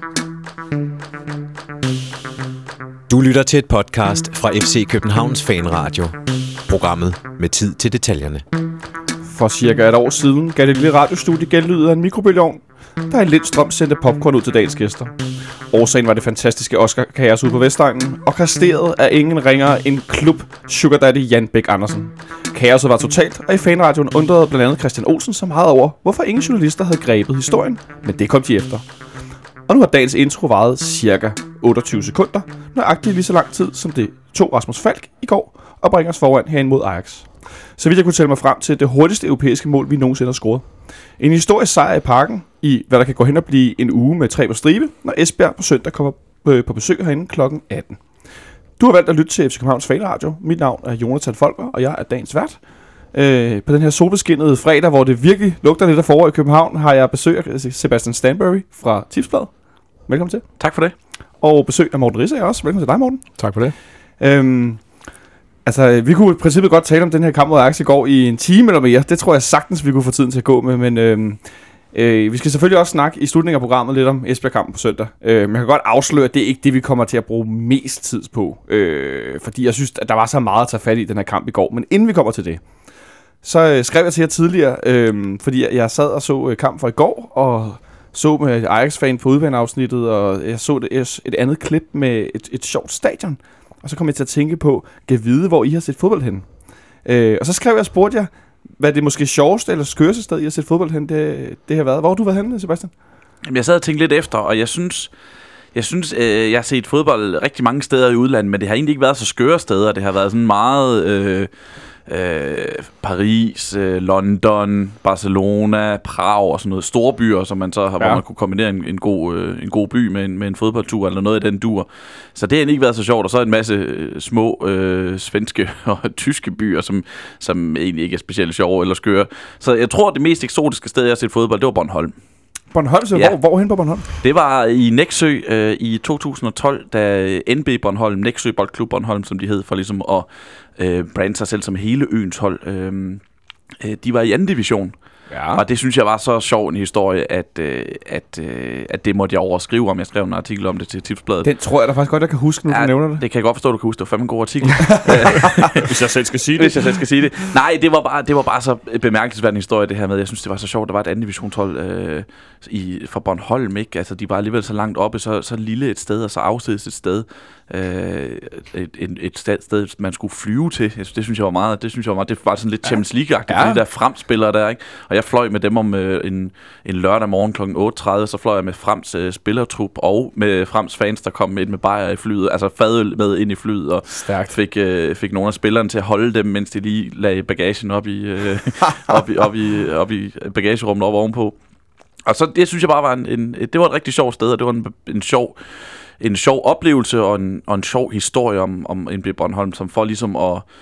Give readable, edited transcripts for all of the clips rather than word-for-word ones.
Du lytter til et podcast fra FC Københavns Fanradio. Programmet med tid til detaljerne. For cirka et år siden gav det lille radiostudie genlyd af en mikrobølgeovn, der i lidt strøm sendte popcorn ud til dagens gæster. Årsagen var det fantastiske Oscar-kaos ude på Vestegnen, og kasteret af ingen ringere end klub Sugar Daddy Jan Bæk Andersen. Kaoset var totalt, og i fanradioen undrede blandt andet Christian Olsen så meget over, hvorfor ingen journalister havde grebet historien, men det kom de efter. Og nu har dagens intro varet cirka 28 sekunder, nøjagtigt lige så lang tid som det tog Rasmus Falk i går, og bringer os foran herinde mod Ajax. Så vidt jeg kunne tælle mig frem til det hurtigste europæiske mål, vi nogensinde har scoret. En historisk sejr i Parken, i hvad der kan gå hen og blive en uge med 3 på stribe, når Esbjerg på søndag kommer på besøg herinde kl. 18. Du har valgt at lytte til FC Københavns Fanradio. Mit navn er Jonathan Folker, og jeg er dagens vært. På den her solbeskinnede fredag, hvor det virkelig lugter lidt af forår i København, har jeg besøg af Sebastian Stanbury fra Tipsbladet. Velkommen til. Tak for det. Og besøg af Morten Risser også. Velkommen til dig, Morten. Tak for det. Vi kunne i princippet godt tale om den her kamp mod Ajax i går i en time eller mere. Det tror jeg sagtens, vi kunne få tiden til at gå med, men vi skal selvfølgelig også snakke i slutningen af programmet lidt om Esbjerg-kampen på søndag. Men jeg kan godt afsløre, at det er ikke det, vi kommer til at bruge mest tid på. Fordi jeg synes, at der var så meget at tage fat i den her kamp i går. Men inden vi kommer til det, så skrev jeg til jer tidligere, fordi jeg sad og så kamp for i går, og så med Ajax-fan på udbaneafsnittet, og jeg så et andet klip med et sjovt stadion. Og så kom jeg til at tænke på, kan vide, hvor I har set fodbold henne. Og så skrev jeg og spurgte jer, hvad det måske sjoveste eller skøreste sted, I har set fodbold henne, det har været. Hvor har du været henne, Sebastian? Jamen, jeg sad og tænkte lidt efter, og jeg synes, jeg har set fodbold rigtig mange steder i udlandet, men det har egentlig ikke været så skøre steder. Det har været sådan meget Paris, London, Barcelona, Prag og sådan noget store byer, som man så har, hvor man kunne kombinere en god by med en fodboldtur eller noget i den dur. Så det har ikke været så sjovt, og så en masse små svenske og tyske byer, som egentlig ikke er specielt sjove eller skøre. Så jeg tror, det mest eksotiske sted, jeg har set fodbold, det var Bornholm. Bornholm, så ja. Hvorhen på Bornholm? Det var i Nexø i 2012, da NB Bornholm, Nexø Boldklub Bornholm, som de hed, for ligesom at brande sig selv som hele øens hold. De var i anden division, og det synes jeg var så sjov en historie, at det måtte jeg overskrive om. Jeg skrev en artikel om det til Tipsbladet. Den tror jeg da faktisk godt, jeg kan huske, når du nævner det. Det kan jeg godt forstå, du kan huske. Det var fandme en god artikel. Hvis jeg selv skal sige det. Nej, det var bare så bemærkelsesværdig historie, det her med. Jeg synes, det var så sjovt. Der var et anden divisionshold fra Bornholm, ikke? Altså, de var alligevel så langt oppe, så lille et sted, og så afsides et sted. Et sted, man skulle flyve til. Det synes jeg var meget. Det var sådan lidt Champions League-agtigt, for de der Frems-spillere der, ikke? Og jeg fløj med dem om en lørdag morgen kl. 8:30, så fløj jeg med Frems spillertrup og med Frems fans, der kom ind med bajer i flyet, altså fadøl med ind i flyet, og fik nogle af spillerne til at holde dem, mens de lige lagde bagagen op i bagagerummet op ovenpå. Og så det synes jeg bare var det var et rigtig sjovt sted, og det var en sjov oplevelse og en sjov historie om NB Bornholm, som for ligesom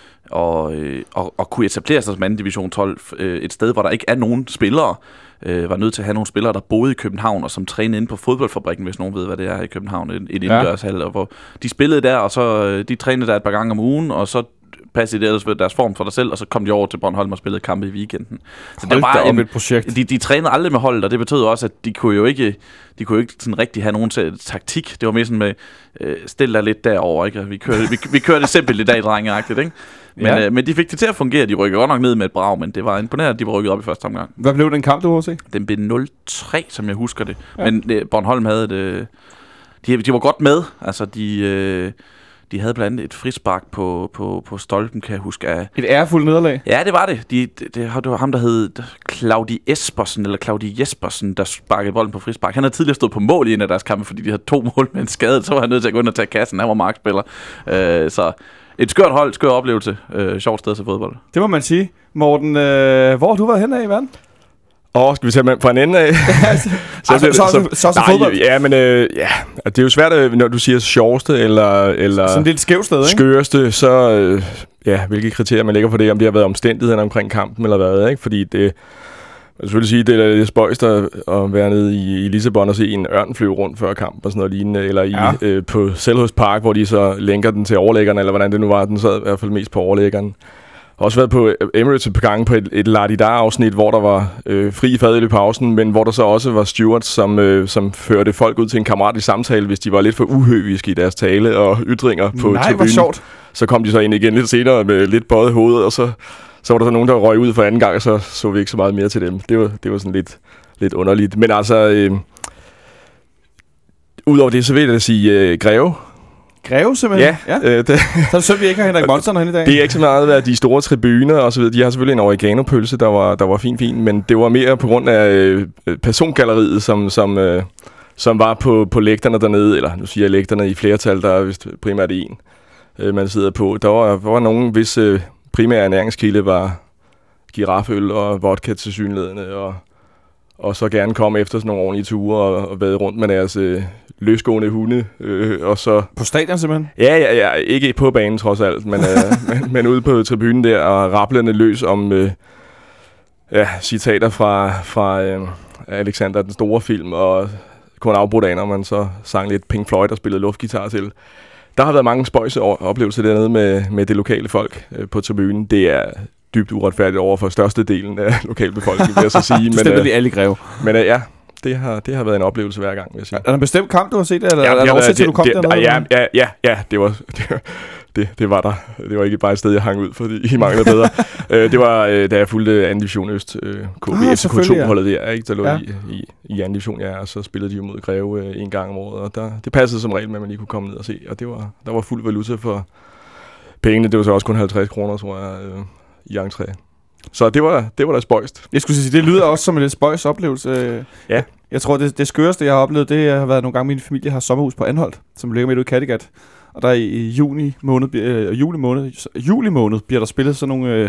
at kunne etablere sig som anden division 12 et sted, hvor der ikke er nogen spillere, var nødt til at have nogle spillere, der boede i København og som trænede inde på fodboldfabrikken, hvis nogen ved, hvad det er i København, et indendørshal, og hvor de spillede der, og så de trænede der et par gange om ugen, og så passede det ellers ved deres form for sig selv, og så kom de over til Bornholm og spillede kampe i weekenden. Så det var bare et projekt. De trænede aldrig med holdet, og det betød også, at de kunne jo ikke sådan rigtig have nogen taktik. Det var mere sådan med stil der lidt derover, ikke? Vi kørte simpelt i dag, drengeagtigt, ikke? Men de fik det til at fungere. De rykkede godt nok ned med et brag, men det var imponerende, at de var rykket op i første omgang. Hvad blev den kamp, du har set? Den blev 0-3, som jeg husker det. Ja. Men Bornholm havde de var godt med. Altså, de havde blandt andet et frispark på stolpen, kan jeg huske. Et ærefuldt nederlag? Ja, det var det. Det var ham, der hed Claudi Jespersen, der sparkede bolden på frispark. Han havde tidligere stået på mål i en af deres kampe, fordi de havde 2 mål med en skade. Så var han nødt til at gå ind og tage kassen. Han var markspiller. Så et skørt hold, skør oplevelse. Sjovt sted til fodbold. Det må man sige. Morten, hvor har du været henne af i verden? Skal vi tage fra en ende af? så fodbold? Ja, men det er jo svært, når du siger sjoveste eller sådan lidt skævt sted, ikke? Skøreste, så hvilke kriterier man lægger for det, om det har været omstændighederne omkring kampen eller hvad, ikke? Fordi det, jeg vil selvfølgelig sige, det er lidt spøjst at være nede i Lissabon og se en ørn flyve rundt før kamp og sådan noget lignende, eller på Selhurst Park, hvor de så lænker den til overlæggeren, eller hvordan det nu var, den sad i hvert fald mest på overlæggeren. også været på Emirates et par gange på et Ladidar-afsnit, hvor der var fri fadøl i pausen, men hvor der så også var stewards, som førte folk ud til en kammeratlig samtale, hvis de var lidt for uhøviske i deres tale og ytringer på tribunen. Nej, hvor sjovt. Så kom de så ind igen lidt senere med lidt bøjet hoved, og så var der så nogen, der røg ud for anden gang, og så vi ikke så meget mere til dem. Det var sådan lidt underligt. Men altså, udover det, så vil jeg sige Greve. Greve simpelthen? Ja. Så er det synd, vi ikke har Henrik Monsen herinde i dag. Det er ikke så meget været de store tribuner og så videre. De har selvfølgelig en oregano-pølse, der var fint, men det var mere på grund af persongalleriet, som var på lægterne dernede, eller nu siger jeg lægterne i flertal, der er vist primært en, man sidder på. Der var nogen, hvis primære ernæringskilde var giraføl og vodka til synledende, og så gerne komme efter sådan nogle ordentlige ture og vade rundt med deres løsgående hunde. Og så på stadion simpelthen? Ja, ikke på banen trods alt, men ude på tribunen der, og rablende løs om citater fra Alexander den store film, og kun afbrudt af, når man så sang lidt Pink Floyd og spillede luftgitar til. Der har været mange spøjse oplevelser dernede med det lokale folk på tribunen. Det er dybt uretfærdigt over for størstedelen af lokalbefolkningen, vil jeg så sige. Du stemmer lige alle i Greve. Men ja, det har været en oplevelse hver gang, vil jeg sige. Er der en bestemt kamp, du har set, eller er der også til, du kom dernede? Ja, det var der. Det var ikke bare et sted, jeg hang ud, fordi I manglede bedre. Det var, da jeg fulgte 2. division Øst, FCK2-holdet der, ikke? Der lå i 2. division, og så spillede de jo mod Greve en gang om året, og det passede som regel med, at man lige kunne komme ned og se, og der var fuld valuta for pengene. Det var så også kun 50 kroner, tror jeg, i entré. Så det var da spøjst. Jeg skulle sige, det lyder også som en lidt spøjs oplevelse. Ja. Jeg tror, det skøreste, jeg har oplevet, det har været nogle gange, min familie har sommerhus på Anholt, som ligger midt ude i Kattegat. Og der i juli måned bliver der spillet sådan nogle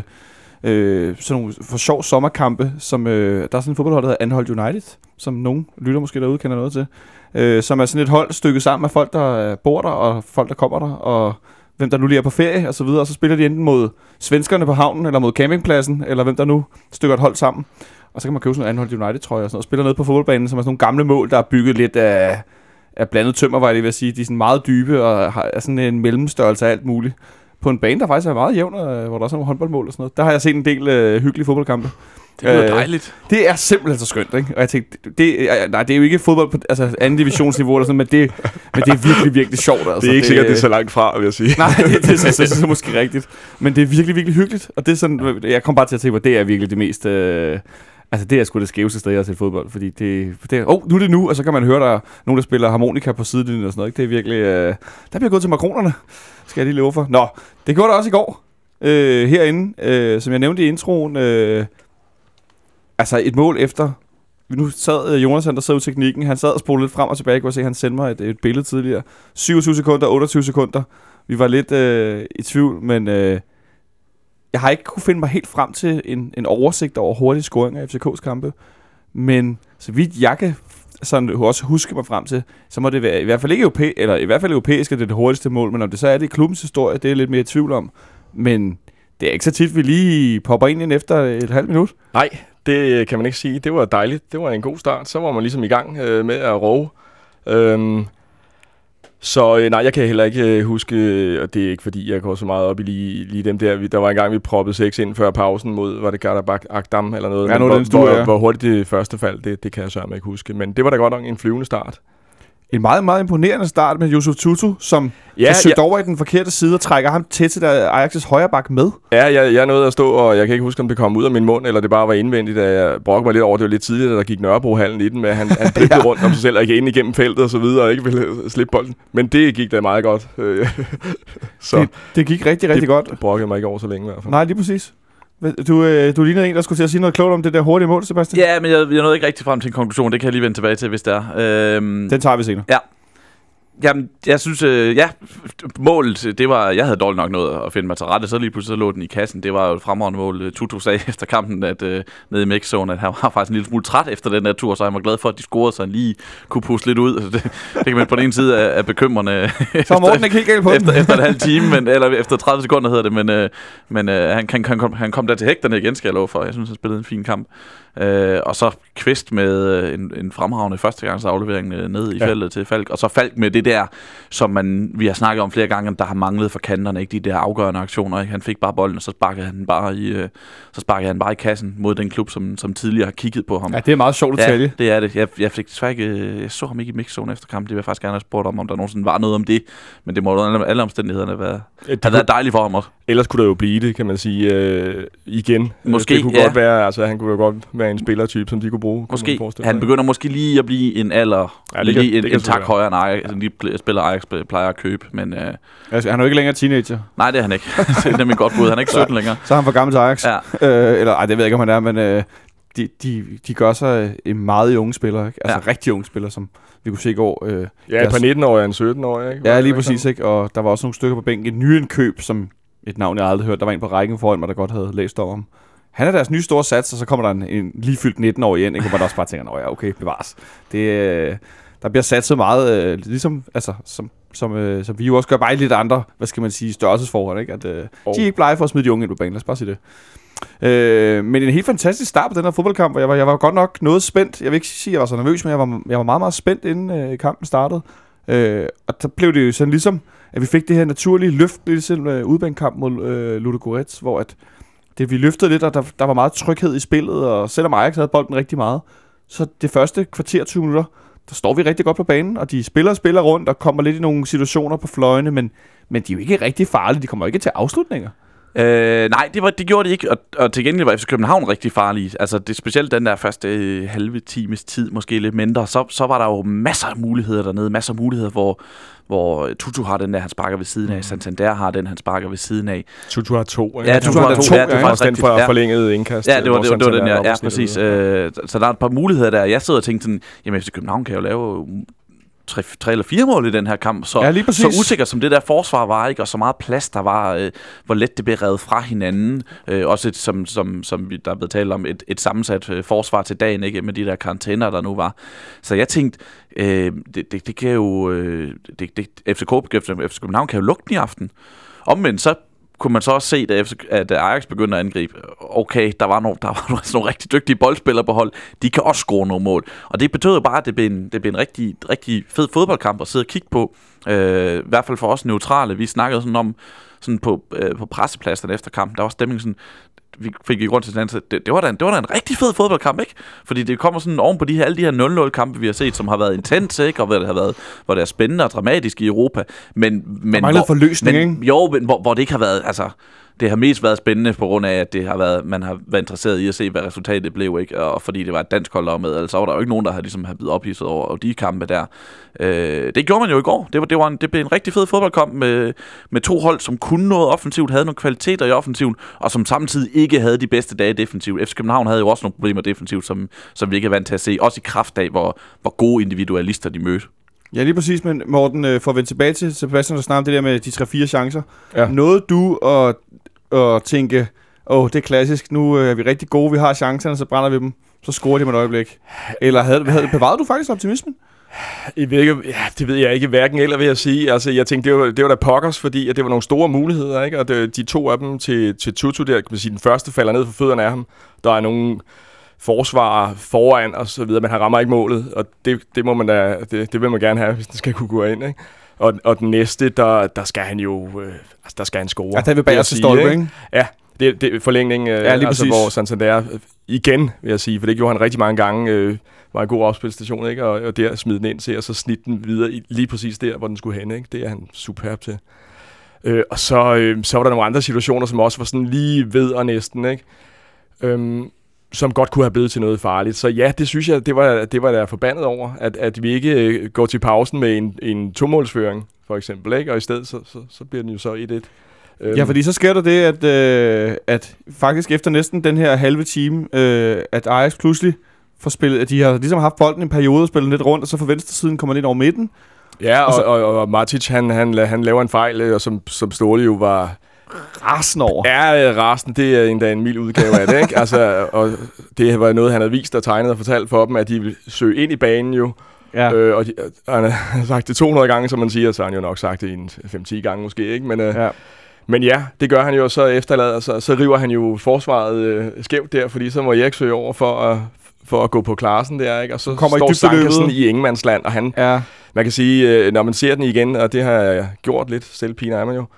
for sjov sommerkampe, som der er sådan en fodboldhold, der hedder Anholt United, som nogen lytter måske derude kender noget til, som er sådan et hold stykket sammen af folk, der bor der, og folk, der kommer der, og hvem der nu lige er på ferie, og så videre, og så spiller de enten mod svenskerne på havnen, eller mod campingpladsen, eller hvem der nu stykker et hold sammen. Og så kan man købe sådan en Anholt United, tror jeg, og sådan noget, og spiller ned på fodboldbanen, som er sådan nogle gamle mål, der er bygget lidt af blandet tømmer, var det vil sige. De er sådan meget dybe, og har sådan en mellemstørrelse af alt muligt. På en bane, der faktisk er meget jævn, hvor der også er nogle håndboldmål og sådan noget. Der har jeg set en del hyggelige fodboldkampe. Det er dejligt. Det er simpelthen så skønt, ikke? Og jeg tænkte, det er jo ikke fodbold på 2. divisionsniveau eller sådan, men det er virkelig, virkelig sjovt. Altså. Det er ikke sikkert, det er så langt fra, vil jeg sige. Nej, det er så måske rigtigt. Men det er virkelig, virkelig hyggeligt. Og det er sådan, jeg kom bare til at tænke, at det er virkelig det mest... Altså det er sgu det skæveste sted at se fodbold, fordi nu er det nu, og så kan man høre, der er nogen, der spiller harmonika på sidelinjen og sådan noget, ikke? Det er virkelig... der bliver gået til makronerne, skal jeg lige love for. Nå, det gjorde der også i går, herinde, som jeg nævnte i introen. Altså et mål efter... Nu sad Jonas, der sad i teknikken, han sad og spolede lidt frem og tilbage, jeg kunne se, han sendte mig et billede tidligere. 27 sekunder, 28 sekunder. Vi var lidt i tvivl, men... Jeg har ikke kunne finde mig helt frem til en oversigt over hurtige scoringer af FCK's kampe, men så vidt jeg kan sådan også huske mig frem til, så må det være i hvert fald ikke europæisk, at det er det hurtigste mål, men om det så er det i klubbens historie, det er lidt mere i tvivl om. Men det er ikke så tit, vi lige popper ind efter et halvt minut. Nej, det kan man ikke sige. Det var dejligt. Det var en god start. Så var man ligesom i gang med at råbe. Så nej, jeg kan heller ikke huske, og det er ikke fordi, jeg går så meget op i lige dem der. Der var engang, vi proppede 6 ind før pausen mod, var det Karabakh Akdam eller noget. Ja, hvor hurtigt det første fald, det kan jeg sørme ikke huske. Men det var da godt nok en flyvende start. En meget, meget imponerende start med Yusuf Tutu, som forsøgte over i den forkerte side og trækker ham til der Ajax' højre bak med. Ja, jeg nåede at stå, og jeg kan ikke huske, om det kom ud af min mund, eller det bare var indvendigt, da jeg brokkede mig lidt over. Det var lidt tidligt, da der gik Nørrebro-hallen i den, med han driblede rundt om sig selv og ikke ind igennem feltet og så videre, og ikke ville slippe bolden. Men det gik da meget godt. Så det gik rigtig, rigtig godt. Det brokkede mig ikke over så længe i hvert fald. Nej, lige præcis. Du lignede en, der skulle til at sige noget klogt om det der hurtige mål, Sebastian. Ja, men jeg nåede ikke rigtig frem til en konklusion. Det kan jeg lige vende tilbage til, hvis det er. Den tager vi senere. Ja. Jamen, jeg synes, målet, det var, jeg havde dårligt nok noget at finde mig til rette, så lige pludselig så lå den i kassen. Det var jo et fremragende mål. Tutu sagde efter kampen, at nede i mixzone, at han var faktisk en lille smule træt efter den der tur, så han var glad for, at de scorede, så han lige kunne puste lidt ud. Altså det kan man på den ene side af bekymrende. Så Morten ikke helt galt på efter en halv time, eller efter 30 sekunder hedder det, men han kom der til hægterne igen, skal jeg love for. Jeg synes, han spillede en fin kamp. Og så Kvist med en fremragende førstegangsaflevering ned i feltet til Falk, og så Falk med det der, som vi har snakket om flere gange, der har manglet for kanterne, ikke? De der afgørende aktioner, ikke? Han fik bare bolden, og så sparkede han bare i kassen mod den klub, som tidligere har kigget på ham. Ja, det er meget sjovt detalje. Ja, det er det. Jeg fik desværre ikke, jeg så ham ikke i mixzone efter kampen. Det vil jeg faktisk gerne have spurgt om der nogensinde var noget om det. Men det må alle omstændighederne have været dejligt for ham også. Ellers kunne der jo blive det, kan man sige, igen. Måske, det kunne godt være, altså han kunne jo godt være en spillertype, som de kunne bruge. Måske. Han begynder måske lige at blive en en tak højere end Ajax, som de spiller Ajax plejer at købe. Men, altså, han er jo ikke længere teenager. Nej, det er han ikke. Det er nemlig godt bud. Han er ikke 17 længere. Så er han for gammel til Ajax. Ja. Eller det ved jeg ikke, om han er, men de gør sig en meget unge spiller, ikke? Altså rigtig unge spiller, som vi kunne se i går. Ja, et par 19-årige og en 17-årig, ikke? Ja, lige præcis, ikke? Og der var også nogle stykker på bænken. Et nyindkøb, som et navn, jeg aldrig hørt. Der var en på rækken foran mig, der godt havde læst om. Han er deres nye store sats, og så kommer der en lige fyldt 19-årig ind, ikke? Hvor man også bare tænker, nå ja, okay, bevares. Der bliver satset meget, ligesom, altså, som vi jo også gør, bare i lidt andre, hvad skal man sige, størrelsesforhold, ikke? At de er ikke blege for at smide de unge ind på banen, lad os bare sige det. Men en helt fantastisk start på den her fodboldkamp, og jeg var godt nok noget spændt. Jeg vil ikke sige, at jeg var så nervøs, men jeg var meget, meget spændt, inden kampen startede. Og der blev det jo sådan ligesom, at vi fik det her naturlige løft, ligesom udbanekamp mod Ludogorets, hvor at vi løftede lidt, og der var meget tryghed i spillet, og selvom Ajax havde bolden rigtig meget, så det første kvarter 20 minutter, der står vi rigtig godt på banen, og de spiller rundt, og kommer lidt i nogle situationer på fløjene, men de er jo ikke rigtig farlige, de kommer ikke til afslutninger. Nej, det gjorde de ikke, og til gengæld var FC København rigtig farlige. Altså det specielt den der første halve times tid, måske lidt mindre, så var der jo masser af muligheder dernede, masser af muligheder, hvor Tutu har den der, han sparker ved siden af, Santander har den, han sparker ved siden af. Tutu har 2, ikke? Ja, Tutu har 2, ja, det var også den forlængede indkast. Ja, det var den, ja, præcis. Så der er et par muligheder der. Jeg sidder og tænkte sådan, jamen FC København kan jo lave 3 eller 4 mål i den her kamp, så usikker som det der forsvar var, ikke, og så meget plads der var, hvor let det blev revet fra hinanden, også som der er blevet talt om, et sammensat forsvar til dagen, ikke, med de der karantæner, der nu var. Så jeg tænkte, det kan jo, FC København kan jo lukke den i aften. Omvendt så kunne man så også se, at Ajax begynder at angribe. Okay, der var nogle rigtig dygtige boldspillere på hold. De kan også score nogle mål. Og det betød bare, at det blev en rigtig, rigtig fed fodboldkamp at sidde og kigge på. I hvert fald for os neutrale. Vi snakkede sådan om på pressepladsen efter kampen. Der var stemningen sådan, vi fik i grund til den, det var da en rigtig fed fodboldkamp, ikke? Fordi det kommer sådan oven på alle de her 0-0 kampe, vi har set, som har været intense, ikke? Og hvor det er spændende og dramatisk i Europa. Men manglet forløsning, ikke? Jo, men hvor det ikke har været, altså det har mest været spændende på grund af, at det har været, man har været interesseret i at se, hvad resultatet blev, ikke? Og fordi det var et dansk hold med, altså var der jo ikke nogen, der havde ligesom blevet ophidset over de kampe der. Det gjorde man jo i går. Det blev en rigtig fed fodboldkamp med 2 hold, som kunne noget offensivt, havde nogle kvaliteter i offensiven, og som samtidig ikke havde de bedste dage defensivt. FC København havde jo også nogle problemer defensivt, som vi ikke er vant til at se, også i kraft af, hvor gode individualister de mødte. Ja, lige præcis, men Morten, for at vende tilbage til Sebastian, der snakker om det der med de 3-4 chancer. Ja. Nåede du at tænke, det er klassisk, nu er vi rigtig gode, vi har chancerne, så brænder vi dem, så scorer de med et øjeblik? Eller bevarede du faktisk optimismen? Det ved jeg ikke, hverken eller vil jeg sige. Altså, jeg tænkte, det var da pokkers, fordi at det var nogle store muligheder, ikke? Og de 2 af dem til Tutu der, kan man sige, den første falder ned for fødderne af ham. Der er nogle forsvarer foran og så videre, men han rammer ikke målet, og det må man da, det vil man gerne have, hvis den skal kunne gå ind, ikke? Og den næste, der skal han jo, der skal han score. Ja, der vil bag til stolpe, ikke? Ja, det er forlængning, altså, hvor Santander igen, vil jeg sige, for det gjorde han rigtig mange gange, var en god afspilstation, ikke? Og der smide den ind til, og så snit den videre lige præcis der, hvor den skulle hen, ikke? Det er han superb til. Og så var der nogle andre situationer, som også var sådan lige ved og næsten, ikke? Som godt kunne have blevet til noget farligt. Så ja, det synes jeg, det var der forbandet over, at vi ikke går til pausen med en 2-målsføring, for eksempel, ikke? Og i stedet, så bliver den jo så 1-1. Ja, fordi så sker der det, at faktisk efter næsten den her halve time, at Ajax pludselig får spillet, at de har ligesom haft bolden en periode og spillet lidt rundt, og så fra venstre siden kommer lidt over midten. Ja, og Matic, han laver en fejl, og som Ståle jo var rasende over. Ja, rasende, det er endda en mild udgave af det, ikke? Altså, og det var noget, han havde vist og tegnet og fortalt for dem, at de ville søge ind i banen jo. Ja. Og han har sagt det 200 gange, som man siger, så har han jo nok sagt det en 5-10 gange måske, ikke? Men ja, det gør han jo, så efterlader, så river han jo forsvaret skævt der, fordi så må Erik søge over for at gå på Klaassen der, ikke? Og så kommer står i Sankersen i ingenmandsland, og han, man kan sige, når man ser den igen, og det har jeg gjort lidt, selvpine er man jo,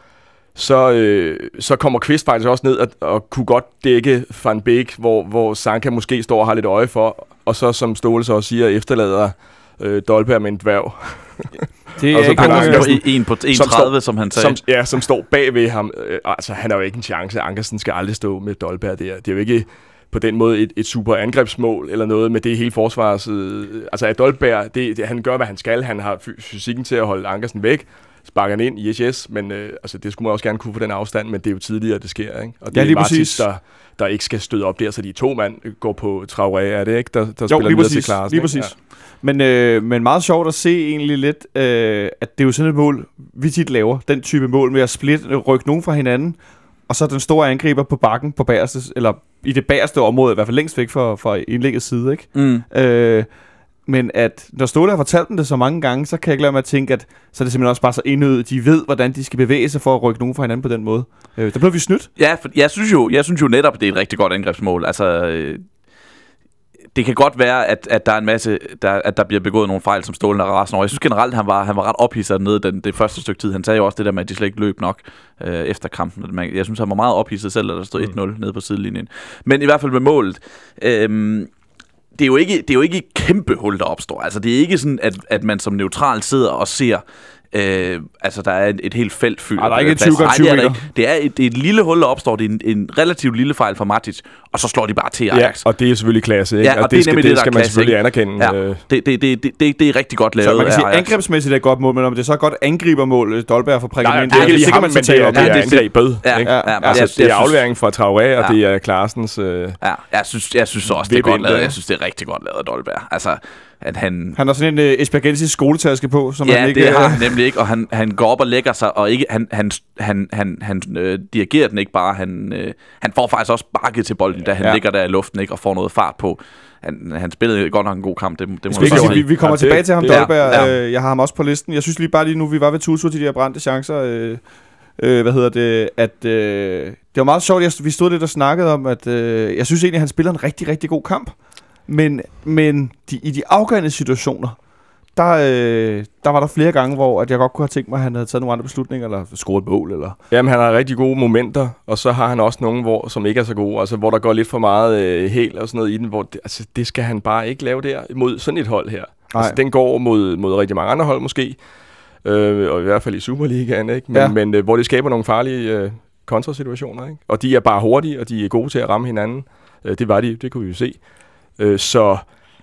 så kommer Kvist faktisk også ned og kunne godt dække Van Beek, hvor Sanka måske står og har lidt øje for, og så som Ståle så også siger, efterlader Dolberg med en dværg. Det er ikke på 1,30, som han sagde. Som står bag ved ham. Altså, han har jo ikke en chance. Ankersen skal aldrig stå med Dolberg der. Det er jo ikke på den måde et super angrebsmål eller noget med det hele forsvars. Altså, at Dolberg, han gør, hvad han skal. Han har fysikken til at holde Ankersen væk. Sparker han ind, yes, men altså, det skulle man også gerne kunne få den afstand, men det er jo tidligere, det sker, ikke? Og det er Martins, der ikke skal støde op der, så de 2 mand går på Traoré, er det ikke? Der spiller videre til Klaassen. Lige præcis. Ja. Men meget sjovt at se egentlig lidt, at det er jo sådan et mål, vi tit laver, den type mål med at rykke nogen fra hinanden, og så den store angriber på bakken på bagerste, eller i det bagerste område, i hvert fald længst væk fra indlæggets side, ikke? Men at når Ståle har fortalt dem det så mange gange, så kan jeg ikke lade mig at tænke, at så er det simpelthen også bare så indødet. De ved, hvordan de skal bevæge sig for at rykke nogen fra hinanden på den måde. Der blev vi snydt. Ja, for jeg synes jo netop, det er et rigtig godt angrebsmål. Altså, det kan godt være, at der er en masse, at der bliver begået nogle fejl, som Ståle er rasende over. Jeg synes generelt, han var ret ophidset nede det første stykke tid. Han sagde jo også det der med, at de slet ikke løb nok efter kampen. Jeg synes, han var meget ophidset selv, at der stod 1-0 nede på sidelinjen. Men i hvert fald med målet. Det er jo ikke et kæmpe hul, der opstår. Altså, det er ikke sådan, at man som neutral sidder og ser, altså, der er et helt felt fyldt. Der er ikke 20 meter. Det er et lille hul, der opstår. Det er en relativt lille fejl fra Matic, og så slår de bare til Ajax. Ja, og det er selvfølgelig klasse, ikke? Ja, og det skal man klasse, selvfølgelig anerkende. Ja, det er rigtig godt lavet. Så man kan sige, angrebsmæssigt er et godt mål, men om det er så et godt angribermål, Dolberg for prikken ind, det kan man så tale om. Det er angrebet. Det er aflevering fra Traoré, og det er Klaassens. Jeg synes også, det er godt lavet. Jeg synes, det er rigtig godt lavet af Dolberg. Altså, at han har sådan en esbjergensisk skoletaske på, som han ikke... det har han nemlig ikke, og han går op og lægger sig, og ikke han dirigerer den ikke bare, han får faktisk også bakket til bolden, da han ligger der i luften, ikke, og får noget fart på. Han spillede godt nok en god kamp, det må vi kommer tilbage til ham, Dolberg. Ja. Jeg har ham også på listen. Jeg synes lige nu, vi var ved Tutu til de her brændte chancer. Det var meget sjovt, vi stod lidt og snakkede om, at jeg synes egentlig, han spiller en rigtig, rigtig god kamp. Men i de afgørende situationer, der var der flere gange, hvor at jeg godt kunne have tænkt mig, at han havde taget nogle andre beslutninger, eller scoret et mål. Eller... Jamen, han har rigtig gode momenter, og så har han også nogle, som ikke er så gode, altså hvor der går lidt for meget hæl og sådan noget i den, hvor det skal han bare ikke lave der mod sådan et hold her. Altså, den går mod rigtig mange andre hold måske, og i hvert fald i Superligaen, ikke? Men hvor det skaber nogle farlige kontrasituationer, ikke? Og de er bare hurtige, og de er gode til at ramme hinanden. Det kunne vi jo se. Så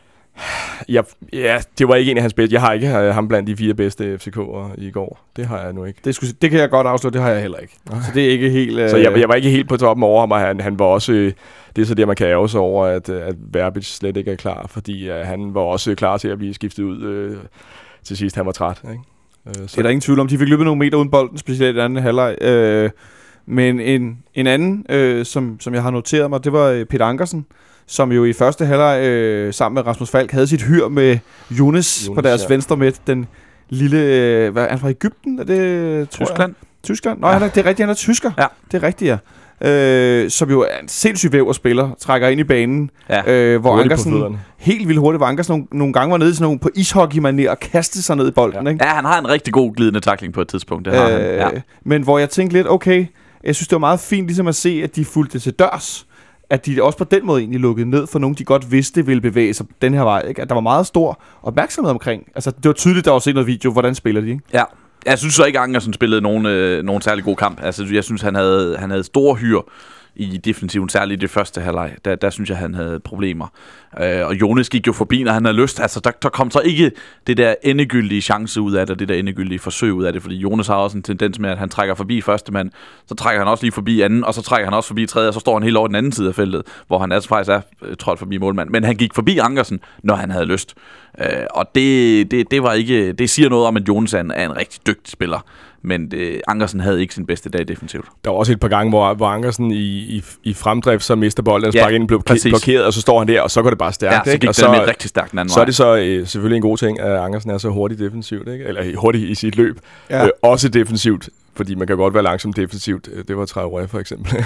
det var ikke en af hans bedste. Jeg har ikke ham blandt de 4 bedste FCK'ere i går. Det har jeg nu ikke. Det kan jeg godt afsløre, det har jeg heller ikke. Så det er ikke helt... Så jeg var ikke helt på toppen over ham, og han var også... det er så det, man kan ærge sig over, at Verbic slet ikke er klar, fordi han var også klar til at blive skiftet ud til sidst. Han var træt, ikke? Det er der ingen tvivl om. De fik løbet nogle meter uden bolden, specielt i den anden halvleg. Men en anden, som jeg har noteret mig, det var Peter Ankersen, som jo i første halvleg sammen med Rasmus Falk havde sit hyr med Younes på deres venstre midt. Den lille... han fra Egypten? Er det, Tyskland? Nå, det er rigtigt, han er tysker. Ja. Det er rigtigt, ja. Som jo er en sindssygt væv og spiller, trækker ind i banen, hvor Ankersen helt vildt hurtigt, hvor Ankersen nogle gange var nede i sådan nogle på ishockey-manér og kastede sig ned i bolden. Ikke? Ja, han har en rigtig god glidende tackling på et tidspunkt, det har han. Ja. Men hvor jeg tænkte lidt, okay, jeg synes det var meget fint ligesom at se, at de fulgte til dørs, at de også på den måde egentlig lukkede ned for nogen, de godt vidste ville bevæge sig den her vej. Ikke? At der var meget stor opmærksomhed omkring. Altså, det var tydeligt, der var set noget video, hvordan spiller de, ikke? Ja. Jeg synes så ikke, Ankersen spillede nogen særlig god kamp. Altså, jeg synes, han havde store hyr i defensiven, særligt i det første halvleg. Der synes jeg, han havde problemer. Og Jonas gik jo forbi, når han havde lyst. Altså, der kom så ikke det der endegyldige chance ud af det, det der endegyldige forsøg ud af det, fordi Jonas har også en tendens med, at han trækker forbi første mand, så trækker han også lige forbi anden, og så trækker han også forbi tredje, og så står han helt over den anden side af feltet, hvor han altså faktisk er trådt forbi målmand. Men han gik forbi Ankersen, når han havde lyst. Og det var ikke... Det siger noget om, at Jonas er en rigtig dygtig spiller. Men Ankersen havde ikke sin bedste dag defensivt. Der var også et par gange, hvor Ankersen i fremdrift, så mister bolden, og sparker ind, blev blokeret, og så står han der, og så går det bare stærkt. Ja, så gik det med rigtig stærkt den anden vej. Så er det selvfølgelig en god ting, at Ankersen er så hurtigt defensivt, ikke? Eller hurtigt i sit løb. Ja. Også defensivt, fordi man kan godt være langsomt defensivt. Det var Traoré for eksempel.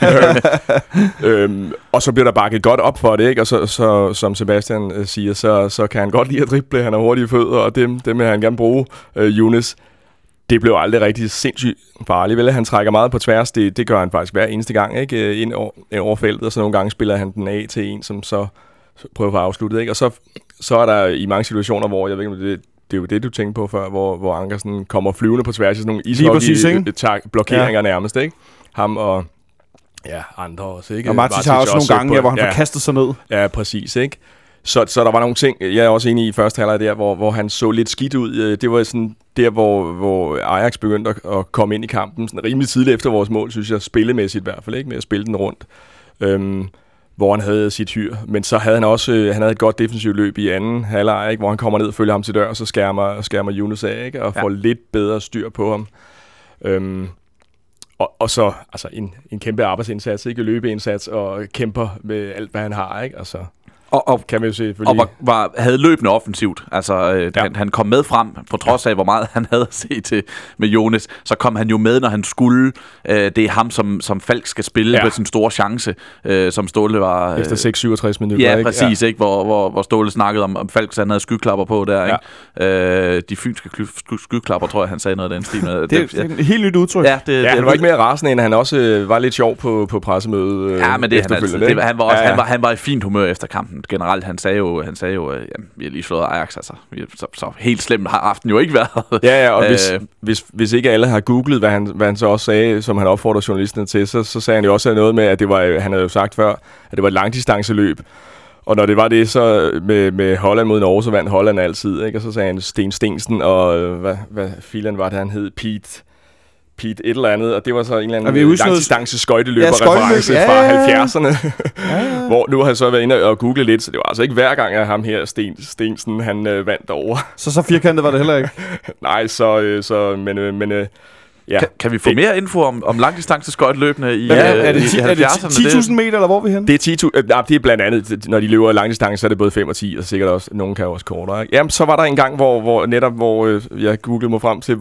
Og så bliver der bakket godt op for det, ikke? Og så som Sebastian siger, så kan han godt lide at drible, han har hurtige fødder, og dem vil han gerne bruge, Younes. Det blev aldrig rigtig sindssygt farligt, vel? Han trækker meget på tværs, det gør han faktisk hver eneste gang, ikke? Ind over feltet, og så nogle gange spiller han den af til en, som så prøver at få afsluttet, ikke? Og så er der i mange situationer, hvor, jeg ved ikke, om det er jo det, du tænkte på før, hvor Ankersen kommer flyvende på tværs i sådan nogle ishockey-blokeringer nærmest, ikke? Ham og andre også, ikke? Og Martic har også nogle gange, hvor han får kastet sig ned. Ja, præcis, ikke? Så der var nogle ting, jeg er også enig i første halvleg der, hvor han så lidt skidt ud. Det var sådan der, hvor Ajax begyndte at komme ind i kampen, sådan rimelig tidligt efter vores mål, synes jeg, spillemæssigt i hvert fald, ikke? Med at spille den rundt. Hvor han havde sit hyr. Men så havde han også han havde et godt defensivt løb i anden halvleg, hvor han kommer ned og følger ham til dør, og så skærmer Younes af, ikke? Og får lidt bedre styr på ham. Og så altså en kæmpe arbejdsindsats, ikke? Løbeindsats, og kæmper med alt, hvad han har, ikke? Altså, og kan man jo se, selvfølgelig. Og havde løbende offensivt. Altså, han kom med frem, på trods af, hvor meget han havde at se til med Younes. Så kom han jo med, når han skulle. Det er ham, som Falk skal spille på sin store chance, som Ståle var... Efter 6-67 minutter, ja, ikke? Præcis, ikke? Hvor Ståle snakkede om Falk, så han havde skyklapper på der, ikke? De fynske skyklapper, tror jeg, han sagde noget af den stil. Det er et helt nyt udtryk. Han var ikke mere rasende, end han også var lidt sjov på pressemødet. Ja, men han var i fint humør efter kampen. Generelt, han sagde jo vi har lige slået Ajax, altså. Så helt slemt har aften jo ikke været. Ja, og hvis ikke alle har googlet, hvad han så også sagde, som han opfordrer journalisterne til, så sagde han jo også noget med, at det var, han havde jo sagt før, at det var et langdistanceløb. Og når det var det, så med Holland mod Norge, så vandt Holland altid, ikke? Og så sagde han Sten Stensen, og hvad filan var det, han hed? Pete et eller andet, og det var så en eller anden langdistance skøjteløber-reference fra 70'erne, hvor nu har jeg så været inde og google lidt, så det var altså ikke hver gang, at ham her, Stensen, han vandt over. Så firkantet var det heller ikke? Nej, men ja. Kan vi få mere info om langdistanceskøjteløbene i 70'erne? Er det 10.000 meter, eller hvor er vi henne? Det er det er blandt andet, når de løber langdistance, så er det både 5 og 10, og sikkert også, nogen kan også kortere, ikke? Jamen, så var der en gang, hvor jeg googlede mig frem til,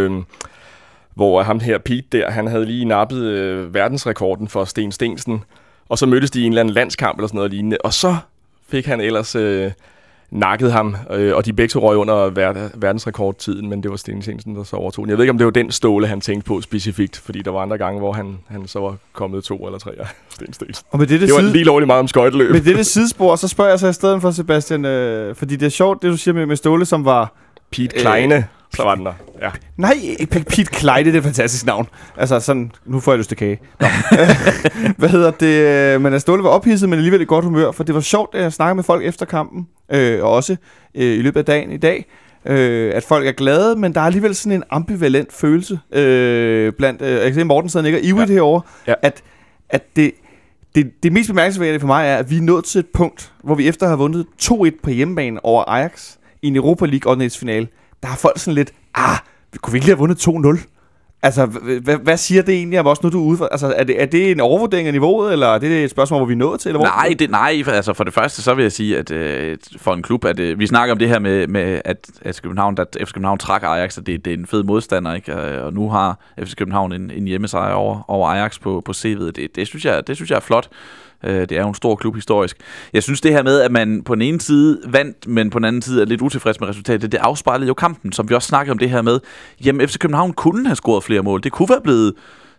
hvor ham her Pete der, han havde lige nappet verdensrekorden for Sten Stensen, og så mødtes de i en eller anden landskamp eller sådan noget lignende, og så fik han ellers nakket ham, og de begge to røg under verdensrekordtiden, men det var Sten Stensen, der så overtog den. Jeg ved ikke, om det var den Ståle, han tænkte på specifikt, fordi der var andre gange, hvor han så var kommet 2 eller 3 af Sten Stensen. Og med det var lige lovligt meget om skøjteløb. Med det sidespor, så spørger jeg så i stedet for Sebastian, fordi det er sjovt, det du siger med Ståle, som var... Pete Kleine. Så var den der, ja. Nej, Pete Kleine, det er et fantastisk navn. Altså sådan, nu får jeg lyst til kage. Hvad hedder det? Men Ståle var ophidset, men alligevel i godt humør, for det var sjovt at snakke med folk efter kampen, og også i løbet af dagen i dag, at folk er glade, men der er alligevel sådan en ambivalent følelse blandt, jeg kan se Morten sidder og nikker ivrigt herovre, at det mest bemærkelsesværdige for mig er, at vi er nået til et punkt, hvor vi efter at have vundet 2-1 på hjemmebane over Ajax i en Europa League åndedelsfinale, der har folk sådan lidt, kunne vi ikke lige have vundet 2-0? Altså, hvad siger det egentlig om os, nu du er ude for? Altså, er det en overvurdering af niveauet, eller er det et spørgsmål, hvor vi er nået til? Eller nej, altså for det første, så vil jeg sige, at for en klub, at vi snakker om det her med at FC København trak Ajax, og det er en fed modstander, ikke? Og nu har FC København en hjemmesejr over Ajax på CV'et. Det synes jeg er flot. Det er jo en stor klub historisk. Jeg synes det her med, at man på den ene side vandt, men på den anden side er lidt utilfreds med resultatet, det afspejlede jo kampen, som vi også snakkede om det her med. Jamen, FC København kunne have scoret flere mål. Det kunne være blevet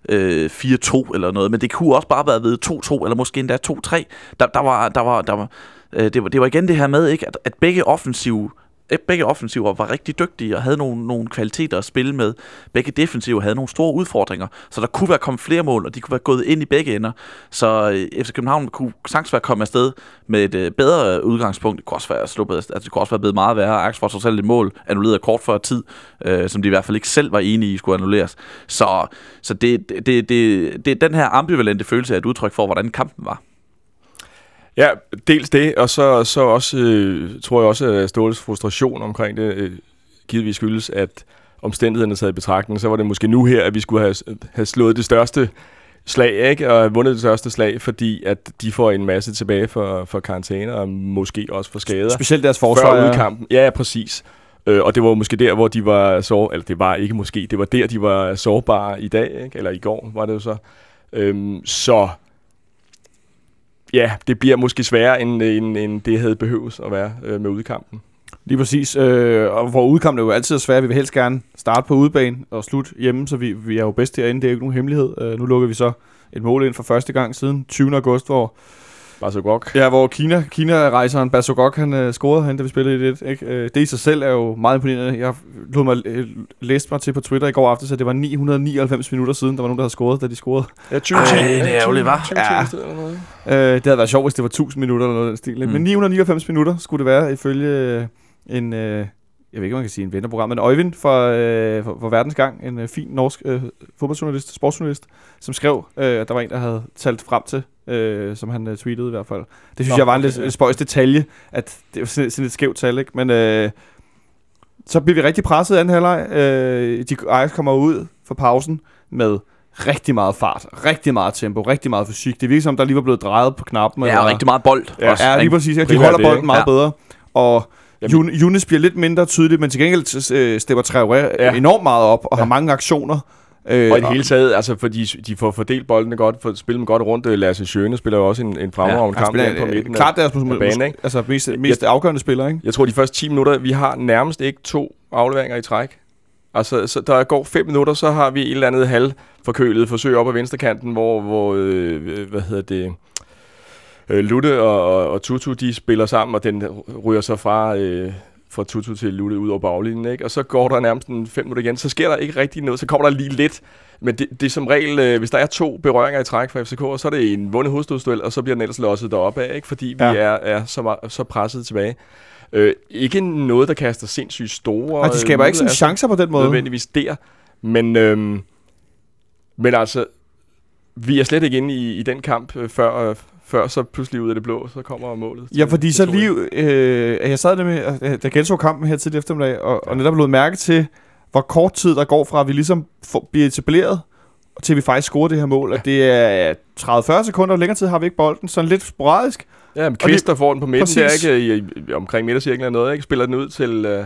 4-2 eller noget, men det kunne også bare være ved 2-2, eller måske endda 2-3. Det var igen det her med, ikke, at begge offensiver var rigtig dygtige og havde nogle kvaliteter at spille med. Begge defensiver havde nogle store udfordringer, så der kunne være kommet flere mål, og de kunne være gået ind i begge ender. Så FC København kunne sagtens være kommet afsted med et bedre udgangspunkt. Det kunne også være det kunne også være blevet meget værre. Ajax får selv et mål annulleret kort før tid, som de i hvert fald ikke selv var enige i skulle annulleres. Så det er den her ambivalente følelse af et udtryk for, hvordan kampen var. Ja, dels det, og så også, tror jeg også, at Ståles frustration omkring det givetvis skyldes, at omstændighederne taget i betragtning, så var det måske nu her, at vi skulle have slået det største slag, ikke? Og vundet det største slag, fordi at de får en masse tilbage for karantæne, og måske også for skader. Specielt deres forsvar. Før udkampen. Ja, præcis. Og det var måske der, hvor de var eller det var ikke måske, det var der, de var sårbare i dag, ikke? Eller i går var det jo så. Så ja, det bliver måske sværere, end det havde behøves at være med udkampen. Lige præcis. Og hvor udkampen er jo altid svært. Vi vil helst gerne starte på udebane og slutte hjemme, så vi er jo bedst herinde. Det er jo ikke nogen hemmelighed. Nu lukker vi så et mål ind for første gang siden 20. august, hvor Basogok. Ja, hvor Kina-rejseren Basogok, han scorede han, da vi spillede 1-1. Ikke? Det i sig selv er jo meget imponerende. Jeg lod mig læste mig til på Twitter i går aftes, så det var 999 minutter siden, der var nogen, der havde scoret, da de scorede. Ja, 20 det er ærgerligt, hva'? Ja. Det havde været sjovt, hvis det var 1000 minutter eller noget af den stil. Men 999 minutter skulle det være, ifølge en... jeg ved ikke, om man kan sige en vennerprogram, men Øjvind for Verdens Gang, en fin norsk fodboldjournalist, sportsjournalist, som skrev, at der var en, der havde talt frem til, som han tweetede i hvert fald. Det synes jeg var en lidt spøjs detalje, at det var sådan et skævt tal, ikke? Men så bliver vi rigtig presset i anden halvleg. Ajax kommer ud for pausen med rigtig meget fart, rigtig meget tempo, rigtig meget fysik. Det virker som, der lige var blevet drejet på knappen. Ja, og rigtig meget bold. Ja, lige præcis. De holder bolden meget bedre. Og Younes bliver lidt mindre tydelig, men til gengæld stepper Traoré enormt meget op og har mange aktioner. Og i det hele taget, altså fordi de får fordelt boldene godt, får spillet dem godt rundt. Lasse Schöne spiller jo også en fremragende kamp på midten. Klart deres mest afgørende spiller, ikke? Jeg tror, de første 10 minutter, vi har nærmest ikke 2 afleveringer i træk. Altså, så der går 5 minutter, så har vi et eller andet halvforkølet forsøg op ad venstrekanten, hvor Lutte og Tutu, de spiller sammen, og den ryger så fra Tutu til Lutte ud over baglinjen, ikke? Og så går der nærmest 5 minutter igen, så sker der ikke rigtig noget, så kommer der lige lidt, men det er som regel, hvis der er 2 berøringer i træk fra FCK, så er det en vundet hovedstødsduel, og så bliver den ellers losset deroppe af, ikke? Fordi vi er så presset tilbage. Ikke noget, der kaster sindssygt store... de skaber ikke sådan chancer på den måde. Nødvendigvis der, men altså, vi er slet ikke inde i den kamp før så pludselig ud af det blå, så kommer målet. Ja, fordi så lige... jeg sad med, da genså kampen her tidlig eftermiddag, og netop lod mærke til, hvor kort tid der går fra, at vi ligesom bliver etableret, til vi faktisk scorer det her mål. Ja. At det er 30-40 sekunder, og længere tid har vi ikke bolden, sådan lidt sporadisk. Ja, men Kvist, der får den på midten, der ikke omkring midtercirklen eller noget, ikke? Spiller den ud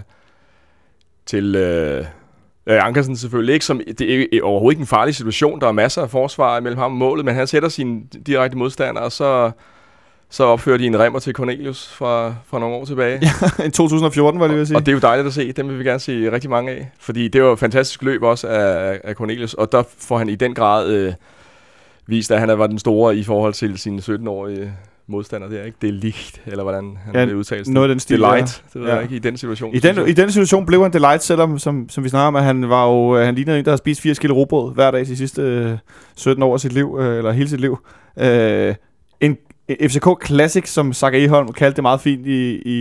til Ankersen selvfølgelig ikke, som det er overhovedet ikke en farlig situation. Der er masser af forsvar mellem ham og målet, men han sætter sin direkte modstander, og så opfører de en remmer til Cornelius fra nogle år tilbage. Ja, i 2014 var det, vil jeg sige. Og det er jo dejligt at se. Dem vil vi gerne se rigtig mange af. Fordi det var et fantastisk løb også af Cornelius, og der får han i den grad vist, at han var den store i forhold til sine 17-årige modstander der, ikke? Det er Ligt, eller hvordan han blev udtalt. Noget af den stil. Delight, det ved jeg ikke, i den situation. I den situation blev han Delight, selvom, som vi snakker om, at han lignede en, der har spist 80 kilo rugbrød hver dag de sidste 17 år af sit liv, eller hele sit liv. En FCK Classic, som Zachary Egholm kaldte det meget fint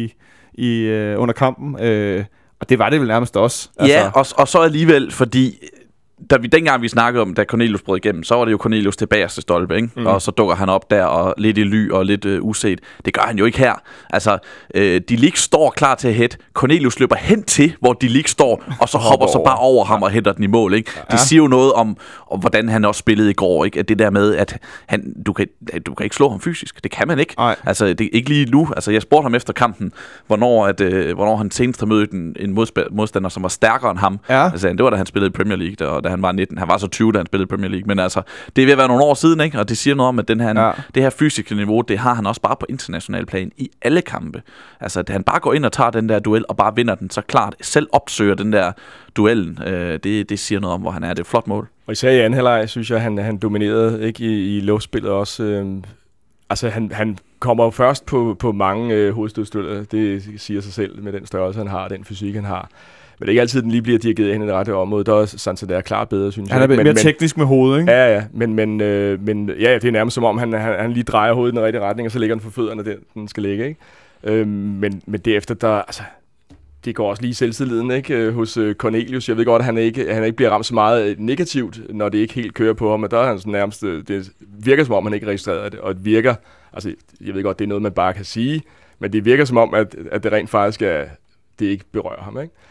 under kampen, og det var det vel nærmest også. Ja, og så alligevel, fordi dengang vi snakkede om, da Cornelius brød igennem, så var det jo Cornelius til bagerste stolpe, ikke? Mm. Og så dukker han op der, og lidt i ly og lidt uset. Det gør han jo ikke her. Altså, De Ligt står klar til at hætte. Cornelius løber hen til, hvor De Ligt står, og så hopper så bare over ham og hætter den i mål, ikke? Ja. Det siger jo noget om hvordan han også spillede i går, ikke? At det der med, at du kan ikke slå ham fysisk. Det kan man ikke. Ej. Altså, det er ikke lige nu. Altså, jeg spurgte ham efter kampen, hvornår han senest har mødt en modstander, som var stærkere end ham. Ja. Altså, det var da han spillede i Premier League, og han var 19. Han var så 20, da han spillede i Premier League. Men altså, det er ved at være nogle år siden, ikke? Og det siger noget om, at det her fysiske niveau, det har han også bare på international plan i alle kampe. Altså, at han bare går ind og tager den der duel, og bare vinder den så klart. Selv opsøger den der duellen. Det siger noget om, hvor han er. Det er et flot mål. Og især i anden halvleg, synes jeg, han dominerede ikke i luftspillet også. Altså, han kommer jo først på mange hovedstødstøller. Det siger sig selv med den størrelse, han har, den fysik, han har. Men det er ikke altid, den lige bliver dirigeret hen i det rette område. Der er Santander klart bedre, synes jeg. Han er mere teknisk med hovedet, ikke? Ja. Men ja, det er nærmest som om, han lige drejer hovedet i den rigtige retning, og så ligger den for fødderne, den skal ligge, ikke? Men derefter, altså, det går også lige selvtilliden, ikke? Hos Cornelius. Jeg ved godt, at han ikke bliver ramt så meget negativt, når det ikke helt kører på ham. Men der er han sådan nærmest, det virker som om, han ikke registrerer det. Og det virker, altså, jeg ved godt, det er noget, man bare kan sige, men det virker som om, at det rent faktisk det ikke berører ham, ikke?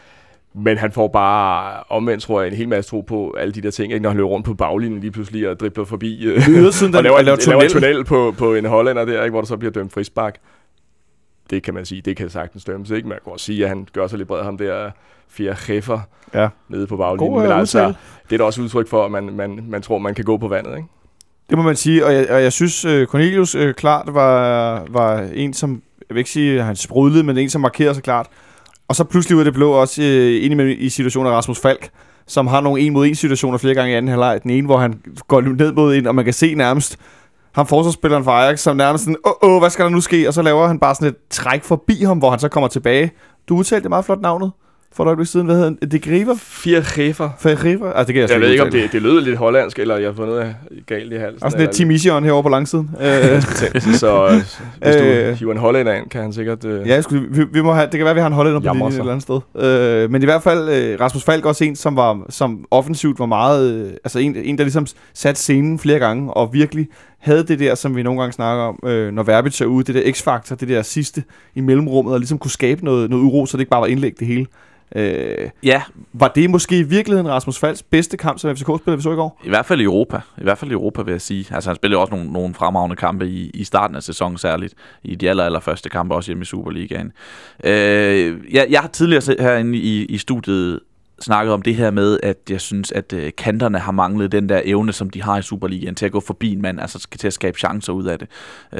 Men han får bare omvendt, tror jeg, en hel masse tro på alle de der ting, ikke? Når han løber rundt på baglinjen lige pludselig og dribler forbi ydersiden, og laver en tunnel på en hollænder der, ikke? Hvor der så bliver dømt frispark. Det kan man sige, det kan sagtens dømmes, ikke? Man kan også sige, at han gør sig lidt bred ham der Fia Heffer nede på baglinjen. Men altså, det er da også udtryk for, at man tror, man kan gå på vandet, ikke? Det må man sige, og jeg synes, Cornelius klart var en, som, jeg vil ikke sige, at han sprudlede, men en, som markerede sig klart. Og så pludselig var det blå også indimellem i situationer af Rasmus Falk, som har nogle 1-mod-1 situationer flere gange i anden halvleg. Den ene, hvor han går ned mod ind, og man kan se nærmest ham forsvarsspilleren fra Ajax, som nærmest sådan, hvad skal der nu ske? Og så laver han bare sådan et træk forbi ham, hvor han så kommer tilbage. Du udtalte det meget flot navnet for et øjeblik siden. Hvad hedder det? De Griver? Fire Griver. Altså, det kan jeg ved ikke, om det lød lidt hollandsk, eller jeg har fået noget galt i halsen. Og sådan et Team Ision herovre på langsiden. Så hvis du hiver en hollænder ind, kan han sikkert... Ja, vi må have, det kan være, vi har en hollænder på linjen et eller andet sted. Men i hvert fald, Rasmus Falk også en, som offensivt var meget... altså en, der ligesom satte scenen flere gange, og virkelig havde det der, som vi nogle gange snakker om, når Verbic er ude, det der x-faktor, det der sidste i mellemrummet, og ligesom kunne skabe noget uro, så det ikke bare var indlæg det hele. Var det måske i virkeligheden Rasmus Falks bedste kamp som FCK-spiller, vi så i går? I hvert fald i Europa, vil jeg sige. Altså han spillede også nogle fremragende kampe i starten af sæsonen, særligt i de allerførste kampe, også hjemme i Superligaen. Jeg har tidligere herinde i studiet snakket om det her med, at jeg synes, at kanterne har manglet den der evne, som de har i Superligaen, til at gå forbi en mand, altså til at skabe chancer ud af det.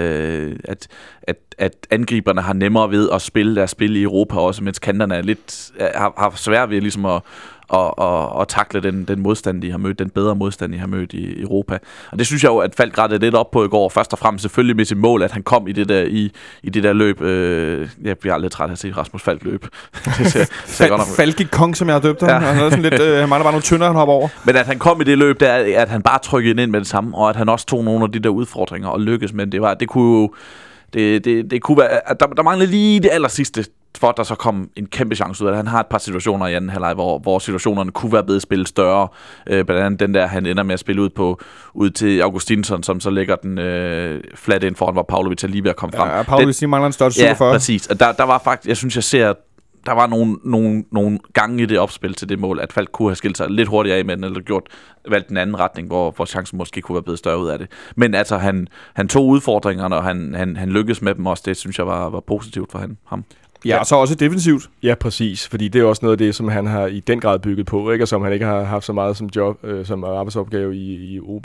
At angriberne har nemmere ved at spille deres spil i Europa også, mens kanterne er lidt, har svært ved ligesom at takle den modstand, de har mødt, den bedre modstand, de har mødt i Europa. Og det synes jeg jo, at Falk rettede lidt op på i går, først og fremmest selvfølgelig med sit mål, at han kom i det der løb. Jeg bliver aldrig træt af at se Rasmus Falk løbe. Falk i kong, som jeg har døbt ham. Han sådan lidt, han mangler bare nogle tynder, han hopper over. Men at han kom i det løb, der, at han bare trykkede ind med det samme, og at han også tog nogle af de der udfordringer og lykkedes, men det kunne jo... Det kunne være, at der manglede lige det aller sidste, for at der så kom en kæmpe chance ud af det. Han har et par situationer i anden halvleg, hvor situationerne kunne være blevet spillet større. Blandt andet den der, han ender med at spille ud til Augustinsson, som så lægger den flat ind foran, hvor Pavlovic er lige ved at komme frem. Ja, Pavlovic mangler en større 47. Ja, præcis. Og der var faktisk, jeg synes, jeg ser... Der var nogle gange i det opspil til det mål, at Falk kunne have skilt sig lidt hurtigere af med den, eller valgt den anden retning, hvor chancen måske kunne være blevet større ud af det. Men altså, han tog udfordringerne, og han lykkedes med dem også. Det synes jeg var positivt for ham. Ja, og så også defensivt. Ja, præcis. Fordi det er også noget af det, som han har i den grad bygget på, ikke? Og som han ikke har haft så meget som job, som arbejdsopgave i OB.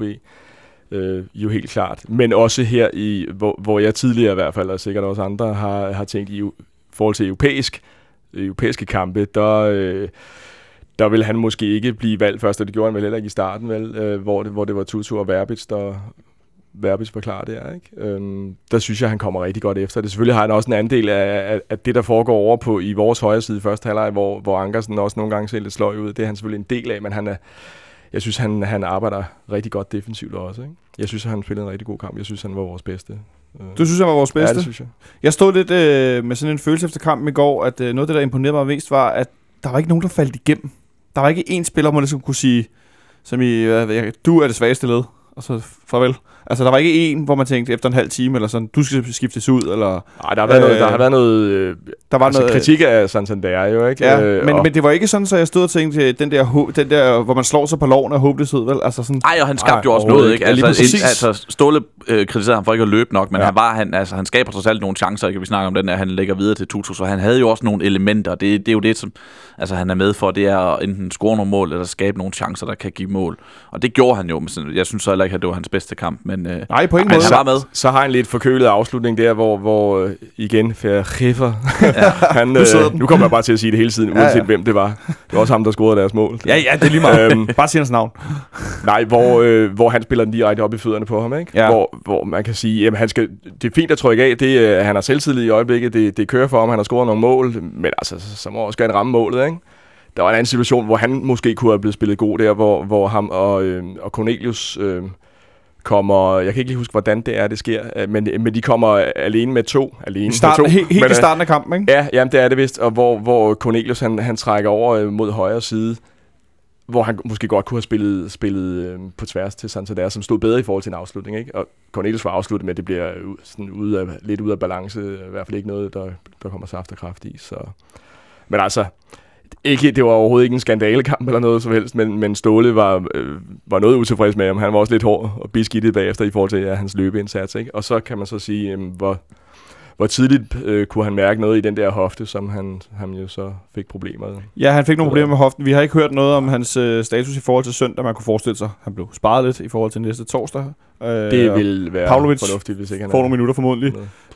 Jo helt klart. Men også her, hvor jeg tidligere i hvert fald, og sikkert også andre, har tænkt i forhold til europæiske kampe, der vil han måske ikke blive valgt først, og det gjorde han vel heller ikke i starten, vel, hvor det var Tutu og Verbic, var klar der, ikke? Der synes jeg, han kommer rigtig godt efter det. Selvfølgelig har han også en anden del af det, der foregår over i vores højre side i første halvleg, hvor Ankersen også nogle gange ser lidt sløj ud. Det er han selvfølgelig en del af, men jeg synes, han arbejder rigtig godt defensivt også, ikke? Jeg synes, han spillede en rigtig god kamp. Jeg synes, han var vores bedste. Du synes, han var vores bedste? Ja, det synes jeg. Jeg stod lidt med sådan en følelse efter kampen i går, at noget af det, der imponerede mig mest, var, at der var ikke nogen, der faldt igennem. Der var ikke én spiller, hvor man ligesom kunne sige, som du er det svageste led, og så farvel. Altså, der var ikke en, hvor man tænkte efter en halv time, eller sådan, du skal skiftes ud, eller... Nej, der har været noget... Der var noget kritik af Santander, jo, ikke? Ja, men det var ikke sådan, så jeg stod og tænkte, den der, hvor man slår sig på loven af håbløshed, vel? Altså sådan... Ej, og han skabte jo også noget, ikke? Altså Ståle kritiserede ham for ikke at løbe nok, men han skaber trods alt nogle chancer, ikke? Vi snakker om den der, han lægger videre til Tutu, så han havde jo også nogle elementer, det er jo det, som han er med for, det er at enten score nogle mål, eller skabe nogle chancer, der kan give mål. Og det gjorde han jo, men jeg synes så heller ikke, at det var hans bedste kamp, men... Nej, på ingen måde. Han var med. Så har han lidt forkølet afslutning der, hvor igen, Ferreira, nu kommer jeg bare til at sige det hele tiden, uanset hvem det var. Det var også ham, der scorede deres mål. Ja, det er lige meget. Bare sig hans navn. Nej, hvor han spiller den direkte op i fødderne på ham, ikke? Ja. Hvor man kan sige, jamen det er fint at trykke af, han har selvtillid i øjeblikket, det kører for ham, han har scoret nogle mål, men altså, så må også gerne ramme målet, ikke? Der var en anden situation, hvor han måske kunne have blevet spillet god der, hvor ham og Cornelius kommer, jeg kan ikke lige huske, hvordan det sker, men de kommer alene med to. Helt i starten af kampen, ikke? Ja, jamen, det er det vist, og hvor Cornelius han trækker over mod højre side, hvor han måske godt kunne have spillet på tværs til Santander, som stod bedre i forhold til en afslutning, ikke? Og Cornelius var afsluttet med, at det bliver sådan lidt ud af balance, i hvert fald ikke noget, der kommer saft og kraft i. Så. Men altså, det var overhovedet ikke en skandalekamp eller noget som helst, men Ståle var noget utilfreds med ham. Han var også lidt hård og beskidtet bagefter i forhold til hans løbeindsats, ikke? Og så kan man så sige, hvor tidligt kunne han mærke noget i den der hofte, som han jo så fik problemer med. Ja, han fik nogle problemer med hoften. Vi har ikke hørt noget om hans status i forhold til søndag, man kunne forestille sig. Han blev sparet lidt i forhold til næste torsdag. Det vil være fornuftigt, hvis ikke han får nogle minutter formodentlig.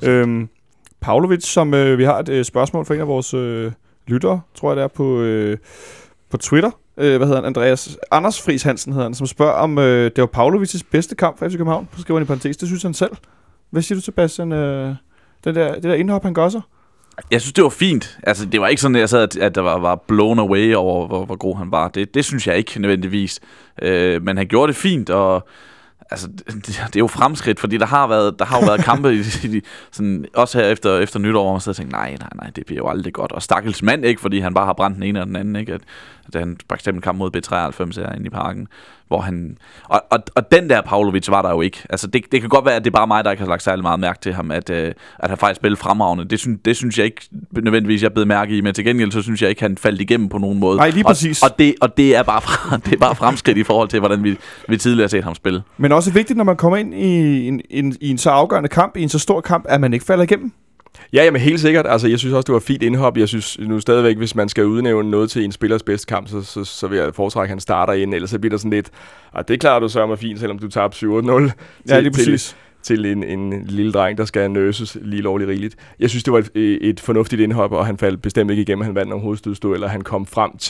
Pavlovic, som vi har et spørgsmål fra en af vores lyttere, tror jeg det er, på Twitter. Hvad hedder han? Anders Friis Hansen hedder han, som spørger om det var Pavlovics bedste kamp for FC København. Så skriver han i parentes, det synes han selv. Hvad siger du, Sebastian? Det der indhop, han gør så? Jeg synes, det var fint. Altså, det var ikke sådan, at jeg sad, at der var blown away over, hvor god han var. Det synes jeg ikke nødvendigvis. Men han gjorde det fint, og altså, det er jo fremskridt, fordi der har jo været kampe sådan, også her efter nytår, hvor man så tænkte, nej, det bliver jo aldrig godt. Og stakkels mand, ikke, fordi han bare har brændt den ene og den anden, ikke? At han for eksempel kamp mod B93 her inde i parken, hvor han og den der Pavlovic var der jo ikke. Altså det kan godt være, at det er bare mig, der ikke har lagt særlig meget mærke til ham, at han faktisk spillede fremragende. Det synes jeg ikke nødvendigvis jeg blev mærke i, men til gengæld så synes jeg ikke han faldt igennem på nogen måde. Nej, lige præcis. Og det er bare fremskridt i forhold til hvordan vi tidligere har set ham spille. Men også vigtigt, når man kommer ind i en så afgørende kamp, i en så stor kamp, at man ikke falder igennem. Ja, jamen helt sikkert. Altså, jeg synes også, det var fint indhop. Jeg synes nu stadigvæk, hvis man skal udnævne noget til en spillers bedste kamp, så vil jeg foretrække, at han starter ind. Ellers så bliver der sådan lidt, det klarer du så mig fint, selvom du tabte 7-8-0 til en lille dreng, der skal nøses lige lovligt rigeligt. Jeg synes, det var et fornuftigt indhop, og han faldt bestemt ikke igennem. Han vandt nogle hovedstødstød, eller han kom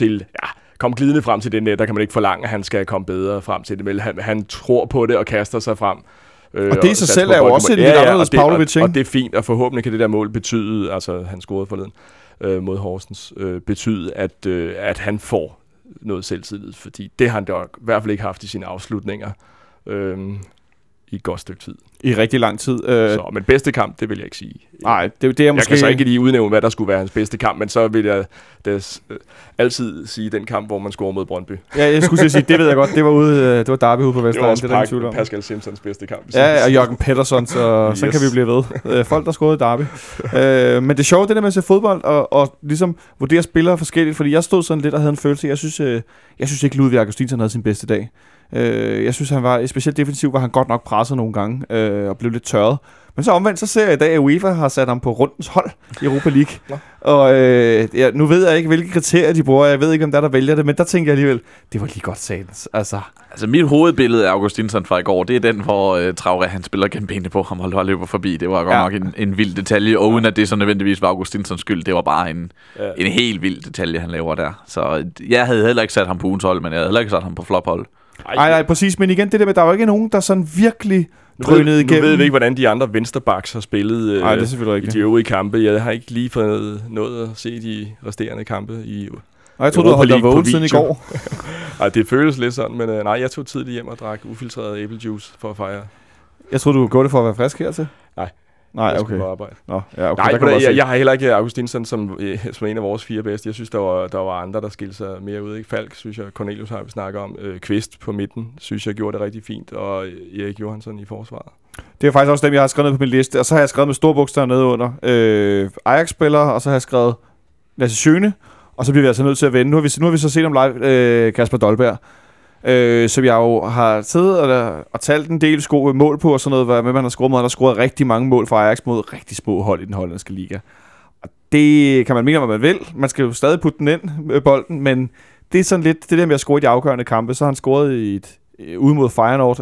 glidende frem til den der kan man ikke forlange, at han skal komme bedre frem til det. Men han tror på det og kaster sig frem. Og det i sig selv er jo også en lidt anderledes Pavlovic, ikke? Og det er fint, og forhåbentlig kan det der mål betyde, altså han scorede forleden mod Horsens, betyde, at han får noget selvtillid, fordi det har han dog i hvert fald ikke haft i sine afslutninger i et godt stykke tid. I rigtig lang tid. Men bedste kamp, det vil jeg ikke sige. Nej, det er måske... Jeg kan så ikke lige udnævne, hvad der skulle være hans bedste kamp, men så vil jeg altid sige den kamp, hvor man scorer mod Brøndby. Ja, jeg skulle sige, det ved jeg godt. Det var Derby ude på Vestegnen. Det var også Pascal Simpsons bedste kamp. Ja, og Jørgen Pettersson, så kan vi blive ved. Folk, der scorede i Derby. Men det er sjovt, det der med at se fodbold, og ligesom vurdere spillere forskelligt, fordi jeg stod sådan lidt og havde en følelse. Jeg synes ikke, Ludvig Augustinsson havde sin bedste dag. Jeg synes, han var specielt defensiv, var han godt nok presset nogle gange og blev lidt tørret. Men så omvendt, så ser jeg i dag, at UEFA har sat ham på rundens hold i Europa League. Ja. Og nu ved jeg ikke, hvilke kriterier de bruger. Jeg ved ikke, om der vælger det, men der tænker jeg alligevel, det var lige godt satans. Altså mit hovedbillede af Augustinsson fra i går, det er den, hvor Traoré han spiller gennem benene på ham og løber forbi. Det var godt nok en vild detalje, og uden at det så nødvendigvis var Augustinssons skyld. Det var bare en helt vild detalje, han laver der. Så jeg havde heller ikke sat ham på ugens hold, men jeg havde heller ikke sat ham på flophold. Nej, præcis. Men igen, det der med, der var ikke nogen, der sådan virkelig drønede igennem. Nu ved vi ikke, hvordan de andre venstrebacks har spillet i de øvrige kampe. Jeg har ikke lige fået noget at se de resterende kampe i jeg troede, du havde holdt dig vågen siden i går. Nej, det føles lidt sådan, men jeg tog tidligt hjem og drak ufiltreret æblejuice for at fejre. Jeg troede, du ville gå det for at være frisk hertil? Nej, jeg okay. På arbejde. Nå, ja, okay. Nej, jeg har heller ikke Augustinsson som en af vores 4 bedste. Jeg synes, der var andre, der skilte sig mere ud. Ikke? Falk, synes jeg, Cornelius har vi snakket om. Kvist på midten, synes jeg, gjorde det rigtig fint. Og Erik Johansson i forsvaret. Det er faktisk også dem, jeg har skrevet ned på min liste. Og så har jeg skrevet med store bogstaver nede under. Ajax-spiller, og så har jeg skrevet Lasse Schöne. Og så bliver vi altså nødt til at vende. Nu har vi så set om live Kasper Dolberg. Så jeg jo har siddet og talt en del mål på og sådan noget, hvad man har scoret mod. Han har scoret rigtig mange mål for Ajax mod rigtig små hold i den hollandske liga. Og det kan man mene, hvad man vil. Man skal jo stadig putte den ind, bolden, men det er sådan lidt det der med at score i de afgørende kampe. Så har han scoret ude mod Feyenoord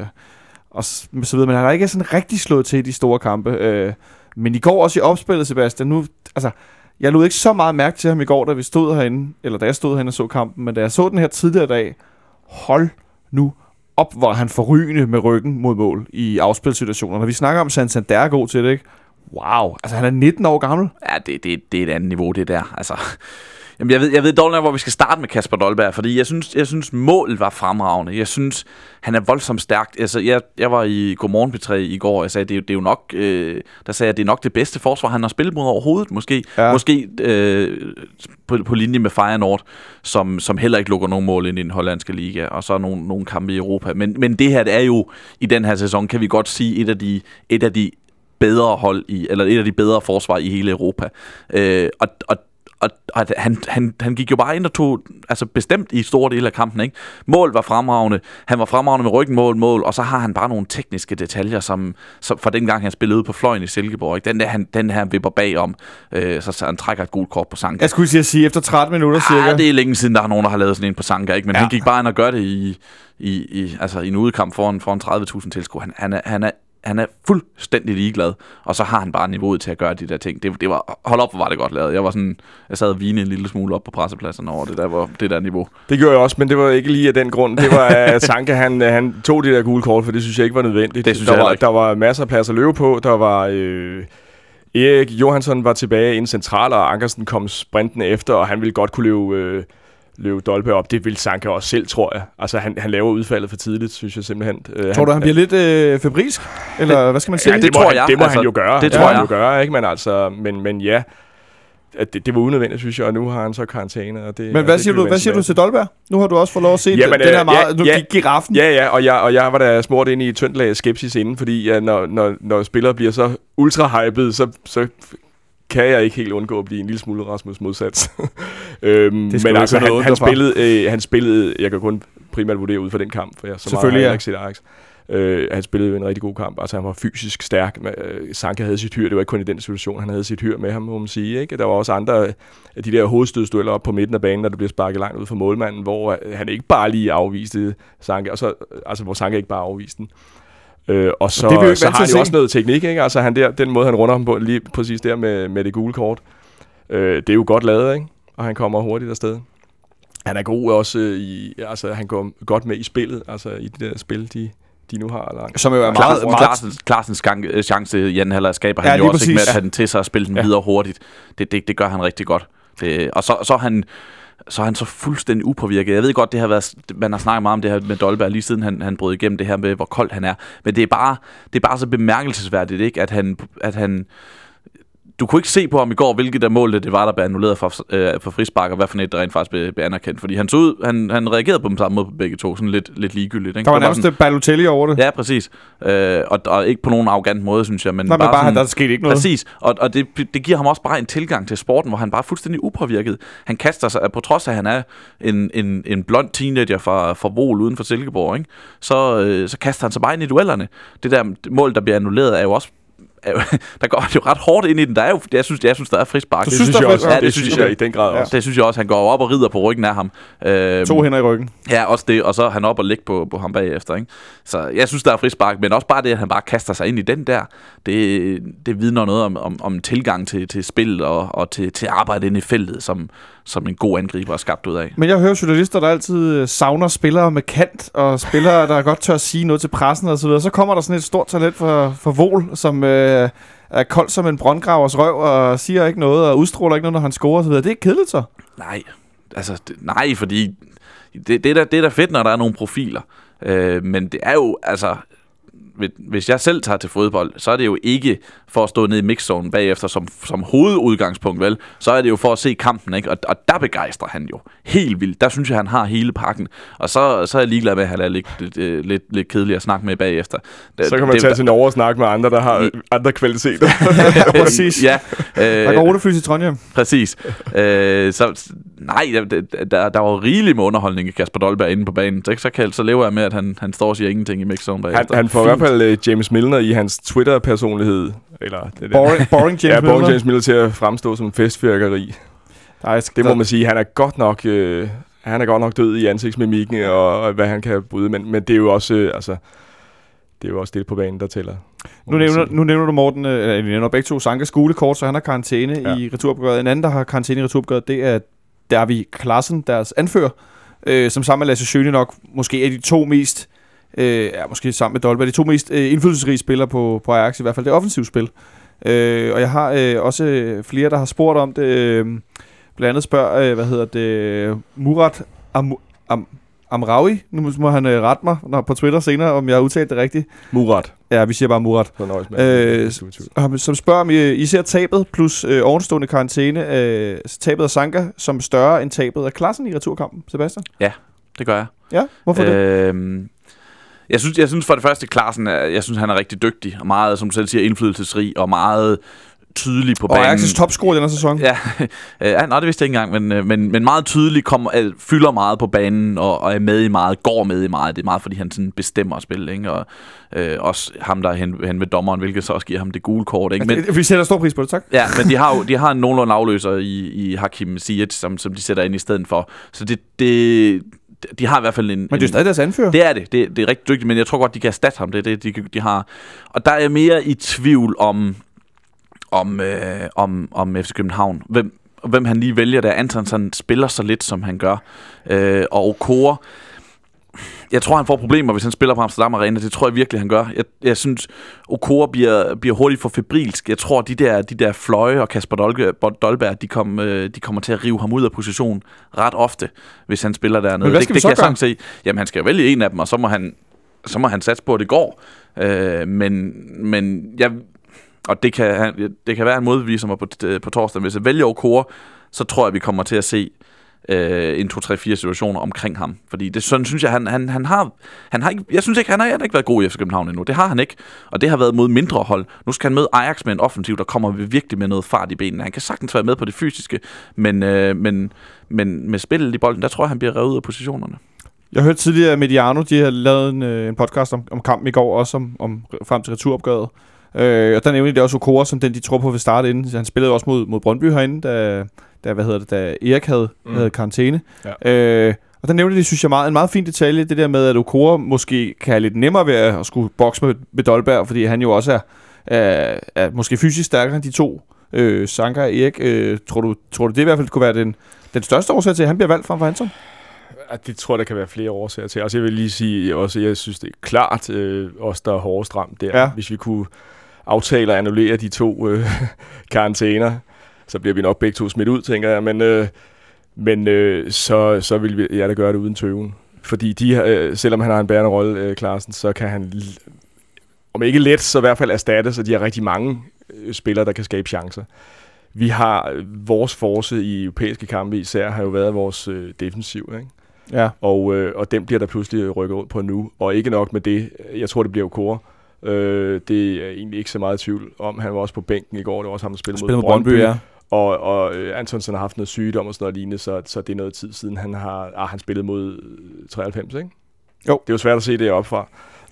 og så videre, men han har ikke sådan rigtig slået til i de store kampe. Men i går også i opspillet, Sebastian, jeg lod ikke så meget mærke til ham i går, da jeg stod herinde og så kampen, men da jeg så den her tidligere dag, hold nu op, hvor han forrygende med ryggen mod mål i afspilsituationer. Når vi snakker om Santander er god til det, ikke? Wow, altså han er 19 år gammel. Ja, det er et andet niveau, det der. Altså, jamen, jeg ved dårligt, hvor vi skal starte med Kasper Dolberg, fordi jeg synes målet var fremragende. Jeg synes, han er voldsomt stærkt. Altså, jeg var i Godmorgen P3 i går, og jeg sagde, det er jo nok, der sagde jeg, det er nok det bedste forsvar, han har spillet mod overhovedet, måske. Ja. Måske på linje med Feyenoord, som heller ikke lukker nogen mål ind i den hollandske liga, og så nogle kampe i Europa. Men det her, det er jo, i den her sæson, kan vi godt sige, et af de bedre hold eller et af de bedre forsvar i hele Europa. Og han gik jo bare ind og tog bestemt i store dele af kampen, ikke? Mål var fremragende. Han var fremragende med ryggen mål, og så har han bare nogle tekniske detaljer, som fra den gang han spillede ude på fløjen i Silkeborg, ikke? Den her vipper bagom, så han trækker et gult kort på Sanka. Jeg skulle sige efter 13 minutter cirka. Det er længe siden, der er nogen, der har lavet sådan en på Sanka, ikke? Men han gik bare ind og gør det i en udekamp foran 30.000 tilskuere. Han er fuldstændig ligeglad, og så har han bare niveauet til at gøre de der ting. Det var, hold op, hvor var det godt lavet. Jeg sad og vinede en lille smule op på pressepladsen over det der niveau. Det gjorde jeg også, men det var ikke lige af den grund. Det var, at Sanka, han tog det der gule kort, for det synes jeg ikke var nødvendigt. Der var masser af plads at løbe på. Der var Erik Johansson var tilbage inden central, og Ankersen kom sprintende efter, og han ville godt kunne løbe Dolberg op. Det vil Sanka også selv, tror jeg. Altså, han laver udfaldet for tidligt, synes jeg simpelthen. Tror du, han bliver lidt febrilsk? Eller hvad skal man sige? Ja, det tror jeg. Det må han jo gøre. Det tror jeg. Jo gøre, ikke? Men ja, det var unødvendigt, synes jeg, og nu har han så karantæne. Og det, men hvad siger du til Dolberg? Nu har du også fået lov at se den her meget... Nu gik giraffen. Ja, og jeg var da smurt ind i et tyndt lag skepsis inden, fordi når spillere bliver så ultra-hyped, så kan jeg ikke helt undgå at blive en lille smule Rasmus modsats. Men altså, han spillede, jeg kan kun primært vurdere ud fra den kamp, for jeg så meget har ikke set Ajax. Han spillede jo en rigtig god kamp, altså han var fysisk stærk. Sanka havde sit hyr, det var ikke kun i den situation, han havde sit hyr med ham, må man sige. Ikke? Der var også andre af de der hovedstødsdueller op på midten af banen, når det bliver sparket langt ud fra målmanden, hvor han ikke bare lige afviste Sanka, og så, altså hvor Sanka ikke bare afviste den. Og så har han jo også noget teknik, ikke? Altså den måde han runder ham på lige præcis der med det gule kort, det er jo godt lavet, ikke? Og han kommer hurtigt afsted. Han er god også han går godt med i spillet, altså i det der spil de nu har langt. Som jo er meget Klarsens chance i anden halvleg skaber han jo også ikke med at have den til sig og spille den videre hurtigt. Det gør han rigtig godt. Og så er han så fuldstændig upåvirket. Jeg ved godt, det har været, man har snakket meget om det her med Dolberg lige siden han brød igennem det her med, hvor koldt han er. Men det er bare så bemærkelsesværdigt, ikke? At han du kunne ikke se på ham i går, hvilket der mål det var, der blev annulleret for frispark, og hvad for et, der rent faktisk blev anerkendt. Fordi han så ud, han reagerede på dem samme måde på begge to, sådan lidt ligegyldigt. Ikke? Der var nærmest Balotelli over det. Ja, præcis. Og ikke på nogen arrogant måde, synes jeg. Men nej, bare sådan, der skete ikke noget. Præcis. Og det giver ham også bare en tilgang til sporten, hvor han bare er fuldstændig upåvirket. Han kaster sig, på trods af, at han er en blond teenager fra Vol uden for Silkeborg, ikke? Så kaster han sig bare ind i duellerne. Det der mål, der bliver annulleret, er jo også der går jo ret hårdt ind i den. Der er jo, jeg synes der er frispark. Det synes jeg også. Ja, det synes jeg i den grad også. Det synes jeg også. Han går op og rider på ryggen af ham. 2 hænder i ryggen. Ja, også det. Og så er han op og ligger på ham bagefter. Ikke? Så jeg synes, der er frispark. Men også bare det, at han bare kaster sig ind i den der. Det vidner noget om tilgang til spil og til arbejde inde i feltet, som en god angriber er skabt ud af. Men jeg hører journalister, der altid savner spillere med kant, og spillere, der godt tør at sige noget til pressen og så videre. Så kommer der sådan et stort talent for Vol, som er kold som en brøndgravers røv, og siger ikke noget, og udstråler ikke noget, når han scorer og så videre. Det er ikke kedeligt så? Nej, fordi det er da fedt, når der er nogle profiler. Men det er jo, hvis jeg selv tager til fodbold, så er det jo ikke for at stå nede i mixzonen bagefter som hovedudgangspunkt, vel? Så er det jo for at se kampen, ikke? Og der begejstrer han jo helt vildt. Der synes jeg, han har hele pakken. Og så er jeg ligeglad med, at han er lidt kedelig at snakke med bagefter. Så kan man tage sin over og snakke med andre, der har andre kvaliteter. Præcis. Ja. Der går Olefys i Trondheim. Præcis. Der var rigeligt med underholdning i Kasper Dolberg inde på banen. Så lever jeg med, at han står og siger ingenting i mixzonen bagefter. Han får i hvert fald James Milner i hans Twitter-personlighed. Eller det boring James Milner. Boring James Milner til at fremstå som festfyrkeri. Det må man sige. Han er godt nok død i ansigtsmimikken og hvad han kan bryde, men det er jo også det er jo også det på banen, der tæller. Nu nævner du Morten, vi nævner begge to Sankas skolekort, så han har karantæne i returopgøret. En anden, der har karantæne i returopgøret, det er David Klaassen, deres anfører, som sammen med Lasse Schöne nok måske er de to mest måske sammen med Dolberg, de to mest indflydelsesrige spillere på Ajax, i hvert fald det offensive spil. Og jeg har også flere, der har spurgt om det. Blandt andet spørger, Murat Amraoui. Nu må han rette mig på Twitter senere, om jeg har udtalt det rigtigt. Murat. Ja, vi siger bare Murat. Som spørger, om I ser tabet plus ovenstående karantæne, tabet af Sanka, som større end tabet af Klaassen i returkampen, Sebastian? Ja, det gør jeg. Ja, hvorfor det? Jeg synes for det første, Klaassen, jeg synes, han er rigtig dygtig, og meget, som du selv siger, indflydelsesrig, og meget tydelig på Og banen. Og Ajax' topscorer i denne sæson. Ja, nej, det vidste jeg ikke engang, men meget tydelig, fylder meget på banen, og er med i meget, går med i meget. Det er meget, fordi han sådan bestemmer spil, ikke? Og også ham, der er hen ved dommeren, hvilket så også giver ham det gule kort, ikke? Men, vi sætter stor pris på det, tak. Ja, men de har en nogenlunde afløser i Hakim Ziyech, som de sætter ind i stedet for. Så de har i hvert fald en... Men det er stadig deres anfører. Det er det. Det er rigtig dygtigt, men jeg tror godt, de kan erstatte ham. Det er det, de har. Og der er jeg mere i tvivl om FC København. Hvem han lige vælger der. Antonsen spiller så lidt, som han gør. Og Okora... Jeg tror, han får problemer, hvis han spiller på Amsterdam Arena. Det tror jeg virkelig, han gør. Jeg synes, Okora bliver hurtigt for febrilsk. Jeg tror, de der Fløje og Kasper Dolberg, de kommer til at rive ham ud af position ret ofte, hvis han spiller dernede. Men hvad skal vi så kan gøre? jeg se. Jamen, han skal jo vælge en af dem, og så må han satse på, at det går. Og det kan være en modbeviser mig på torsdag. Hvis jeg vælger Okora, så tror jeg, vi kommer til at se en 2-3-4 situationer omkring ham. Fordi det sådan synes jeg, han har ikke, jeg synes ikke, han har ikke været god i FC København endnu. Det har han ikke. Og det har været mod mindre hold. Nu skal han møde Ajax med en offensiv, der kommer virkelig med noget fart i benene. Han kan sagtens være med på det fysiske, men med spillet i bolden, der tror jeg, han bliver revet ud af positionerne. Jeg hørte tidligere, at Mediano, de har lavet en podcast om kampen i går, også om frem til returopgøret. Og der nævnte de også Okora, som den de tror på vil starte inden. Han spillede også mod Brøndby herinde, da Erik havde karantæne. Ja. Og der nævnte de, synes jeg, en meget fin detalje, det der med, at Okora måske kan have lidt nemmere ved at skulle bokse med Dolberg, fordi han jo også er måske fysisk stærkere end de to. Sanka og Erik, tror du det i hvert fald kunne være den største årsag til, at han bliver valgt frem for Hansen? Det tror jeg, der kan være flere årsager til. Altså jeg vil lige sige, jeg synes, det er klart os, der er hårdest ramt der. Ja. Hvis vi kunne aftale og annullere de 2 karantæner, så bliver vi nok begge 2 smidt ud, tænker jeg. Men så vil jeg da gøre det uden tøven. Fordi selvom han har en bærende rolle, Klaassen, så kan han, om ikke let, så i hvert fald erstatte, så de har rigtig mange spillere, der kan skabe chancer. Vi har vores force i europæiske kampe især, har jo været vores defensiv, ikke? Ja. Og den bliver der pludselig rykket ud på nu. Og ikke nok med det, jeg tror, det bliver Okora. Det er egentlig ikke så meget tvivl om. Han var også på bænken i går, det var også ham, der spillede mod Brøndby. Ja. Og Antonsen har haft noget sygdom og sådan noget lignende, så det er noget tid siden, han spillede mod 93, ikke? Jo. Det er jo svært at se det opfra.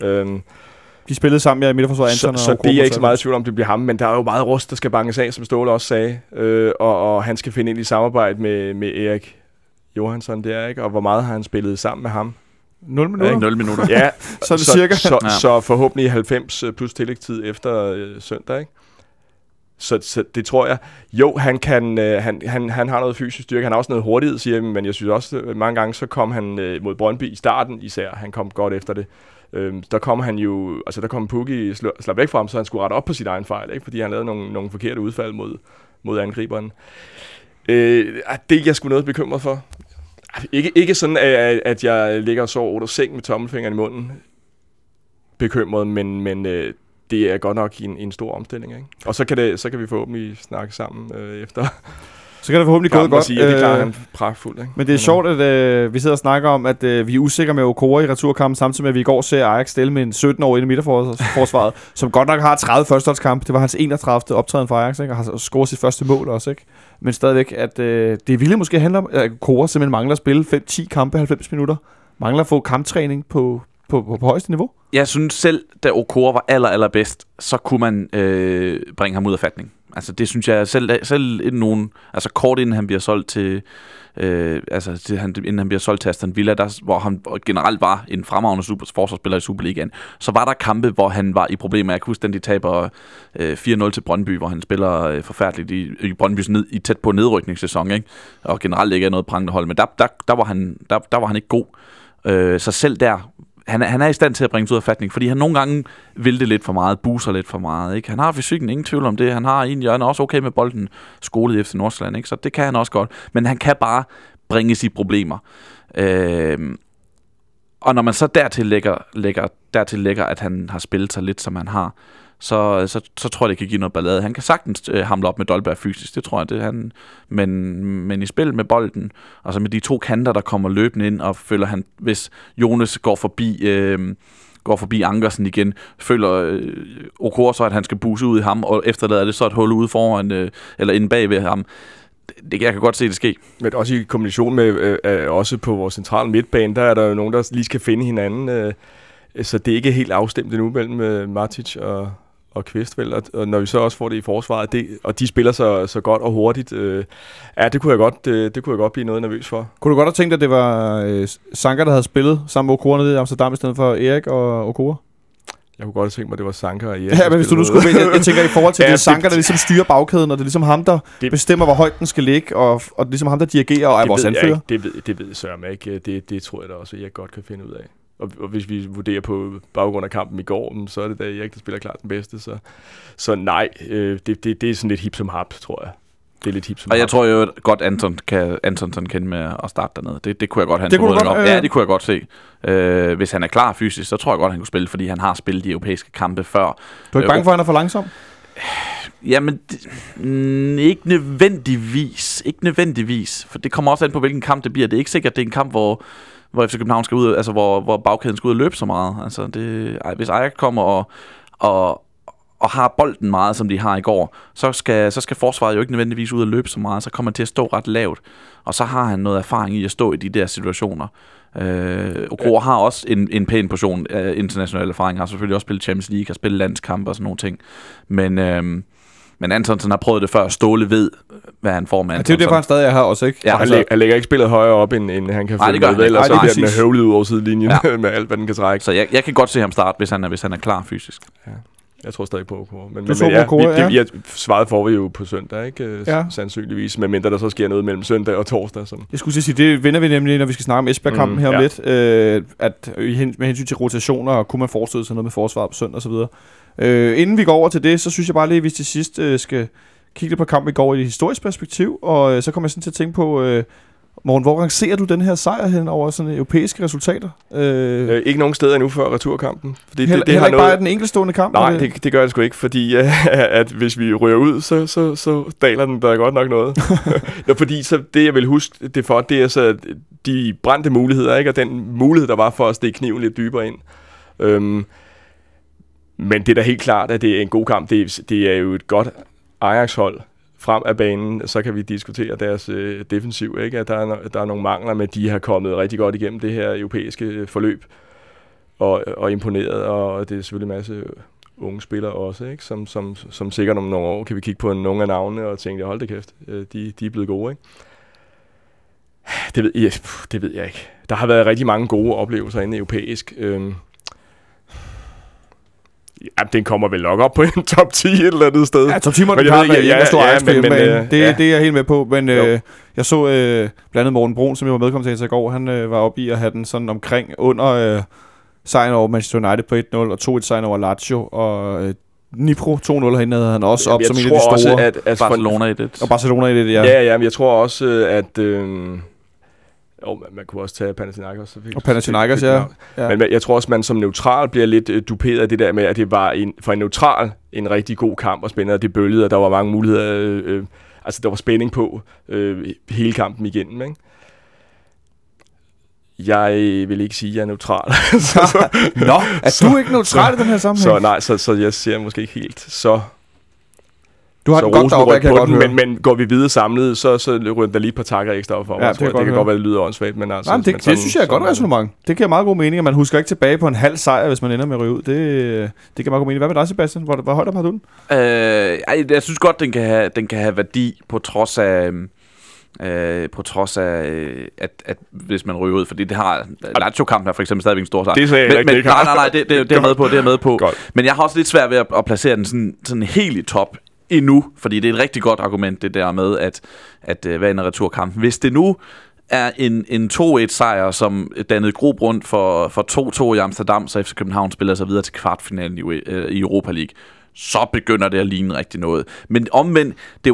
De spillede sammen i midterforsvaret, Anton og så det er jeg ikke så meget i tvivl om, det bliver ham, men der er jo meget rust, der skal banges af, som Ståle også sagde. Og han skal finde ind i samarbejde med Erik Johansson der, ikke? Og hvor meget har han spillet sammen med ham? 0 minutter. Ja, 0 minutter. Ja, så er det cirka. Så forhåbentlig 90 plus tillægstid efter søndag, ikke? Så det tror jeg. Jo, han har noget fysisk styrke. Han har også noget hurtighed, siger jeg, men jeg synes også, at mange gange så kom han mod Brøndby i starten især. Han kom godt efter det. Der kom han jo, altså der kom Pukki slap væk fra ham, så han skulle rette op på sit egen fejl, ikke? Fordi han lavede nogle forkerte udfald mod angriberen. Det jeg skulle noget bekymret for. Ikke sådan, at jeg ligger og sover under seng med tommelfingeren i munden bekymret, men det er godt nok en stor omstilling, ikke? Og så kan vi forhåbentlig snakke sammen efter. Så kan det forhåbentlig gå godt. Sige, det klarer han pragtfuldt, ikke? Men det er sjovt, at vi sidder og snakker om, at vi er usikre med Okora i returkampen, samtidig med, at vi i går ser Ajax stille med en 17-årig i midterforsvaret, som godt nok har 30 førsteholdskampe. Det var hans 31. optræden for Ajax, ikke? Og har scoret sit første mål også, ikke? Men stadigvæk, at det ville måske handle om, at Okora simpelthen mangler at spille 5-10 kampe, 90 minutter. Mangler at få kamptræning på højeste niveau. Jeg synes selv, da Okora var allerbedst, så kunne man bringe ham ud af fatning. Altså det synes jeg selv inden nogen, altså kort inden han bliver solgt til inden han bliver solgt til Aston Villa, hvor han generelt var en fremragende forsvarsspiller i Superligaen, så var der kampe, hvor han var i problemer. Jeg kan huske, de taber 4-0 til Brøndby, hvor han spiller forfærdeligt i Brøndbys tæt på nedrykningssæson, ikke? Og generelt ikke er noget prangende hold, men der var han ikke god. Så selv der han er i stand til at bringe ud af fatning, fordi han nogle gange vil det lidt for meget, buser lidt for meget, ikke? Han har fysikken, ingen tvivl om det. Han er også okay med bolden, skolet efter Nordsjælland, ikke? Så det kan han også godt. Men han kan bare bringes i problemer. Og når man så dertil lægger, at han har spillet sig lidt, som han har, så tror jeg, det kan give noget ballade. Han kan sagtens hamle op med Dolberg fysisk, det tror jeg, det han. Men i spil med bolden, altså med de 2 kanter, der kommer løbende ind, og føler han, hvis Jonas går går forbi Ankersen igen, føler Okora så, at han skal buse ud i ham, og efterlader det så et hul ude foran, eller inde bag ved ham. Jeg kan godt se det ske. Men også i kombination med, også på vores centrale midtbane, der er der jo nogen, der lige skal finde hinanden, så det er ikke helt afstemt endnu mellem Matic og Kvistfeldt, og når vi så også får det i forsvaret, og de spiller så godt og hurtigt, det kunne jeg godt blive noget nervøs for. Kunne du godt have tænkt, at det var Sanka, der havde spillet sammen med Okora nede i Amsterdam, i stedet for Erik og Okora? Jeg kunne godt have tænkt mig, at det var Sanka og Erik. Ja, men hvis du nu skulle vælge, jeg tænker i forhold til det Sanka, der ligesom styrer bagkæden, og det er ligesom ham, der bestemmer, hvor højt den skal ligge, og det er ligesom ham, der dirigerer og er vores anfører. Det ved Søren ikke. Det tror jeg da også, at jeg godt kan finde ud af. Og hvis vi vurderer på baggrund af kampen i går, så er det da Erik, der spiller klart den bedste. Så nej, det er sådan lidt hip som hap, tror jeg. Det er lidt hip som hap. Og jeg tror jo godt, Antonsen kan med at starte dernede. Det kunne jeg godt have en formodning om. Ja, det kunne jeg godt se. Hvis han er klar fysisk, så tror jeg godt, han kunne spille, fordi han har spillet de europæiske kampe før. Du er ikke bange for, at han er for langsom? Jamen, ikke nødvendigvis. Ikke nødvendigvis. For det kommer også an på, hvilken kamp det bliver. Det er ikke sikkert, det er en kamp, hvor FC København skal ud, altså hvor bagkæden skal ud og løbe så meget. Altså hvis Ajax kommer og har bolden meget, som de har i går, så skal forsvaret jo ikke nødvendigvis ud og løbe så meget, så kommer han til at stå ret lavt. Og så har han noget erfaring i at stå i de der situationer. Okora har også en pæn portion af international erfaring, har selvfølgelig også spillet Champions League, har spillet landskampe og sådan nogle ting. Men Antonsen har prøvet det før, Ståle ved, hvad han får med Antonsen. Det er jo det, han stadig er her også, ikke? Ja, han lægger ikke spillet højere op, end han kan følge med, ellers så bliver den høvlet ud over sidelinjen med alt, hvad den kan trække. Så jeg kan godt se ham starte, hvis han er klar fysisk. Ja. Jeg tror stadig på Okora. Men jeg svarede for vi jo på søndag, ikke? Sandsynligvis. Medmindre der så sker noget mellem søndag og torsdag. Sådan. Jeg skulle sige, det vender vi nemlig, når vi skal snakke om Esbjerg-kampen her om lidt. At med hensyn til rotationer, og kunne man forestille sig noget med forsvaret på søndag og så videre. Inden vi går over til det, så synes jeg bare lige, at vi til sidst skal kigge lidt på kampen i går i et historisk perspektiv. Og så kommer jeg sådan til at tænke på... Morten, hvor rangerer du den her sejr hen over sådan europæiske resultater? Ikke nogen steder endnu før returkampen. Fordi det har ikke bare den enkeltstående kamp? Nej, det gør det sgu ikke, fordi at hvis vi ryger ud, så daler den der godt nok noget. Fordi så det, jeg vil huske det for, det er så de brændte muligheder, ikke? Og den mulighed, der var for at stikke kniven lidt dybere ind. Men det er da helt klart, at det er en god kamp. Det er jo et godt Ajax-hold. Frem af banen, så kan vi diskutere deres defensiv, ikke? At der er nogle mangler, men de har kommet rigtig godt igennem det her europæiske forløb og imponeret, og det er selvfølgelig en masse unge spillere også, ikke? Som sikkert om nogle år kan vi kigge på nogle af navnene og tænke, hold det kæft, de er blevet gode, ikke? Det ved jeg ikke. Der har været rigtig mange gode oplevelser inde europæisk. Ja, den kommer vel nok op på en top 10 et eller andet sted. Ja, top 10 må den klart være en stor Ajax-spil, men det er jeg helt med på. Men jeg så blandt andet Morten Brun, som jeg var medkommentator i går, han var oppe i at have den sådan omkring under sejren over Manchester United på 1-0, og 2-1 sejren over Lazio, og Dnipro 2-0 herinde havde han også op som en af de store. Også, at Barcelona 1-1. Og Barcelona 1-1, ja. Ja, men jeg tror også, at... man kunne også tage Panathinaikos. Og Panathinaikos, ja. Men jeg tror også, man som neutral bliver lidt duperet af det der med, at det var for en neutral en rigtig god kamp og spændende, og det bølgede, og der var mange muligheder. Altså, der var spænding på hele kampen igennem, ikke? Jeg vil ikke sige, at jeg er neutral. Nå, er du ikke neutral i den her sammenhæng? Så jeg ser måske ikke helt så... Du har den godt deroppe, kan jeg godt høre. Men går vi videre samlet, så ryger der lige et par takker ekstra op for mig. Det kan godt være, det lyder åndssvagt, men altså... Nej, det synes jeg er et godt resonemang. Det giver meget god mening, at man husker ikke tilbage på en halv sejr, hvis man ender med at ryge ud. Det giver meget god mening. Hvad med dig, Sebastian? Hvor højt op har du den? Jeg synes godt, den kan have værdi på trods af... at hvis man ryger ud, fordi det har Lazio-kampen er for eksempel stadigvæk en stor sejr. Det sagde jeg ikke. Nej, det er jeg med på. Godt. Men jeg har også lidt svært ved at placere den sådan helt i top endnu, fordi det er et rigtig godt argument, det der med, at hvad en returkampen. Hvis det nu er en 2-1 sejr, som dannede grobund for 2-2 i Amsterdam, så FC København spiller sig videre til kvartfinalen i Europa League, så begynder det at ligne rigtig noget. Men omvendt, det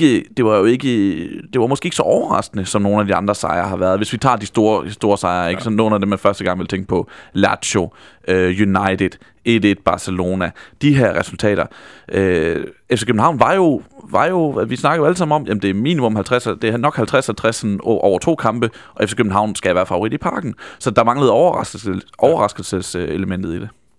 var måske ikke så overraskende, som nogle af de andre sejre har været. Hvis vi tager de store sejre, ikke? Så nogle af dem, man første gang vil tænke på, Lazio, United, 1-1 Barcelona, de her resultater. FC København var jo, vi snakker jo alle sammen om, jamen det er minimum 50, det er nok 50-50 over 2 kampe, og FC København skal være favorit i parken. Så der manglede overraskelseselementet i det.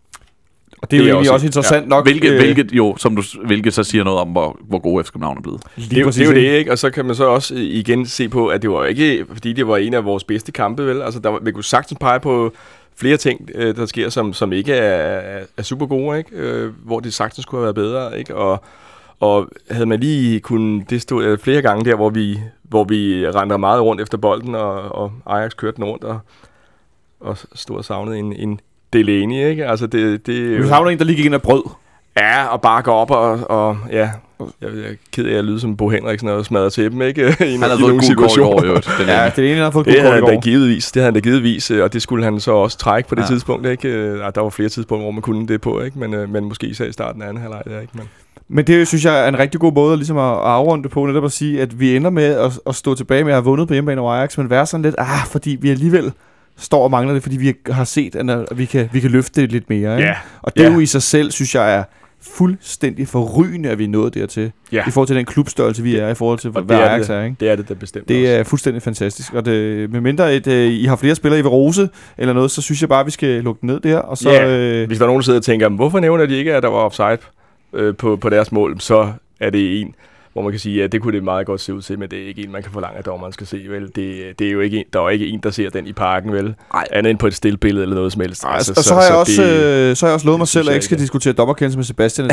Og det er jo egentlig også interessant nok. Hvilket så siger noget om, hvor gode FC København er blevet. Det er jo det, ikke? Og så kan man så også igen se på, at det var ikke, fordi det var en af vores bedste kampe, vel? Altså, vi kunne sagtens pege på flere ting, der sker, som ikke er super gode, ikke? Hvor det sagtens kunne have været bedre, ikke? Og havde man lige kunnet, det stod flere gange der, hvor vi rendte meget rundt efter bolden, og Ajax kørte den rundt, og stod og savnede en Delaney, ikke? Altså Vi savner en, der lige gik ind og brød. Ja, og bare gå op og ja. Jeg er ked af at lyde som Bo Henriksen og smadre til dem, ikke? Han har fået et gult kort i år, jo. Ja, det er en, der har fået et gult kort i år. Det havde han da givetvis, og det skulle han så også trække på det tidspunkt, ikke? Der var flere tidspunkter, hvor man kunne det på, ikke? Men måske især i starten af anden halvleg, ikke? Men det synes jeg er en rigtig god måde ligesom at afrunde det på, netop at sige, at vi ender med at stå tilbage med at have vundet på hjemmebane over Ajax, men være sådan lidt, fordi vi alligevel står og mangler det, fordi vi har set, at vi kan løfte det lidt mere. Ikke? Yeah. Og det jo i sig selv, synes jeg, er fuldstændig forrygende, at vi er nået dertil. I forhold til den klubstørrelse, vi er, i forhold til, hvad Ajax er. Ikke? Det er det da bestemt. Det er fuldstændig fantastisk. Og med mindre I har flere spillere i Rose eller noget, så synes jeg bare, at vi skal lukke den ned der. Og så, hvis der er nogen, der sidder og tænker, hvorfor nævner de ikke, at der var offside på deres mål, så er det en, hvor man kan sige, at det kunne det meget godt se ud til, men det er ikke en, man kan forlange, at dommeren skal se, vel? Det er jo ikke der er ikke en, der ser den i parken, vel? Andet end på et stillbillede eller noget som helst. Altså, og så har jeg også lovet mig selv, at jeg ikke skal diskutere dommerkendelse med Sebastian.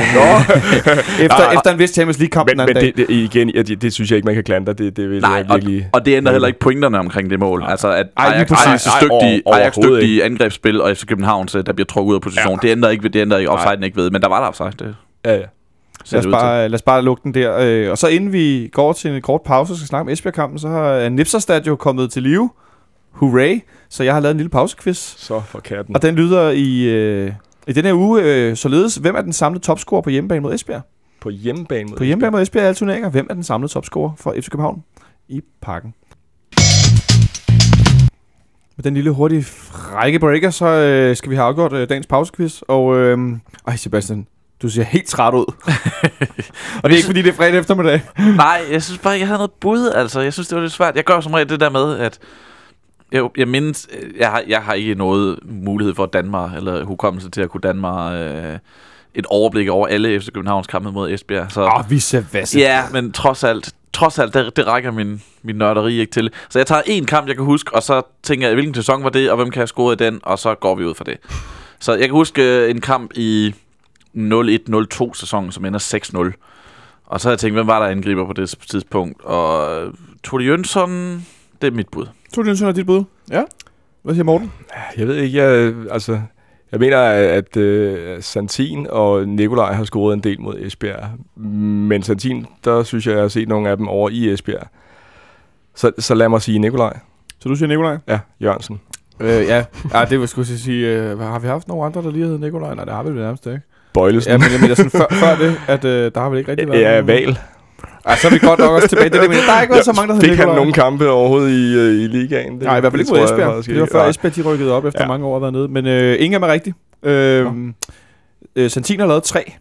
efter en vis Champions League-kamp den anden dag. Det synes jeg ikke, man kan klandre. Det vil jeg virkelig... og det ændrer heller ikke pointerne omkring det mål. Altså, at Ajax dygtige angrebsspil, og FC København, der bliver trukket ud af position, det ændrer ikke offside ikke ved, men der var der offside. Ja. Lad os bare lukke den der. Og så inden vi går til en kort pause og skal snakke om Esbjerg-kampen, så har Nipserstad jo kommet til live. Hooray! Så jeg har lavet en lille pausequiz. Så for katten. Og den lyder i den her uge således. Hvem er den samlede topscorer på hjemmebane mod Esbjerg? På hjemmebane mod hjemmebane mod Esbjerg i alle turneringer. Hvem er den samlede topscorer for FC København i parken? Med den lille hurtige rækkebreaker, så skal vi have afgjort dagens pausequiz. Og Sebastian, du ser helt træt ud. Og det er ikke fordi, det er fredag eftermiddag. Nej, jeg synes bare, jeg havde noget bud. Altså, jeg synes, det var lidt svært. Jeg gør som regel det der med, at jeg mindes, jeg har ikke noget mulighed for at danne mig, eller hukommelse til at kunne danne mig et overblik over alle FC Københavns kampe mod Esbjerg. Så, vice versa. Ja, men trods alt, det rækker min nørderi ikke til. Så jeg tager en kamp, jeg kan huske, og så tænker jeg, hvilken sæson var det, og hvem kan jeg score i den, og så går vi ud fra det. Så jeg kan huske en kamp i 0-1-0-2 sæsonen, som ender 6-0. Og så har jeg tænkt, hvem var der angriber på det tidspunkt? Og Tore Jønsson, det er mit bud. Tore Jønsson er dit bud? Ja. Hvad siger Morten? Jeg ved ikke, jeg mener, at Santin og Nikolaj har scoret en del mod Esbjerg. Men Santin, der synes jeg har set nogle af dem over i Esbjerg. Så lad mig sige Nikolaj. Så du siger Nikolaj? Ja, Jørgensen. Det vil jeg sige. Har vi haft nogle andre, der lige hedder Nikolaj? Nej, det har vi det nærmest ikke. Bøjlesen. Ja, men jeg sådan før det, at der har vi ikke rigtig været. Ja, Val. Så er vi godt nok også tilbage. Der er ikke været så mange, der hedder Nikolaj. Fik han nogle kampe overhovedet i ligaen? Nej, i hvert fald ikke mod Esbjerg. Det var før Esbjerg, de rykkede op efter mange år at være nede. Men ingen er mig rigtig. Santin har lavet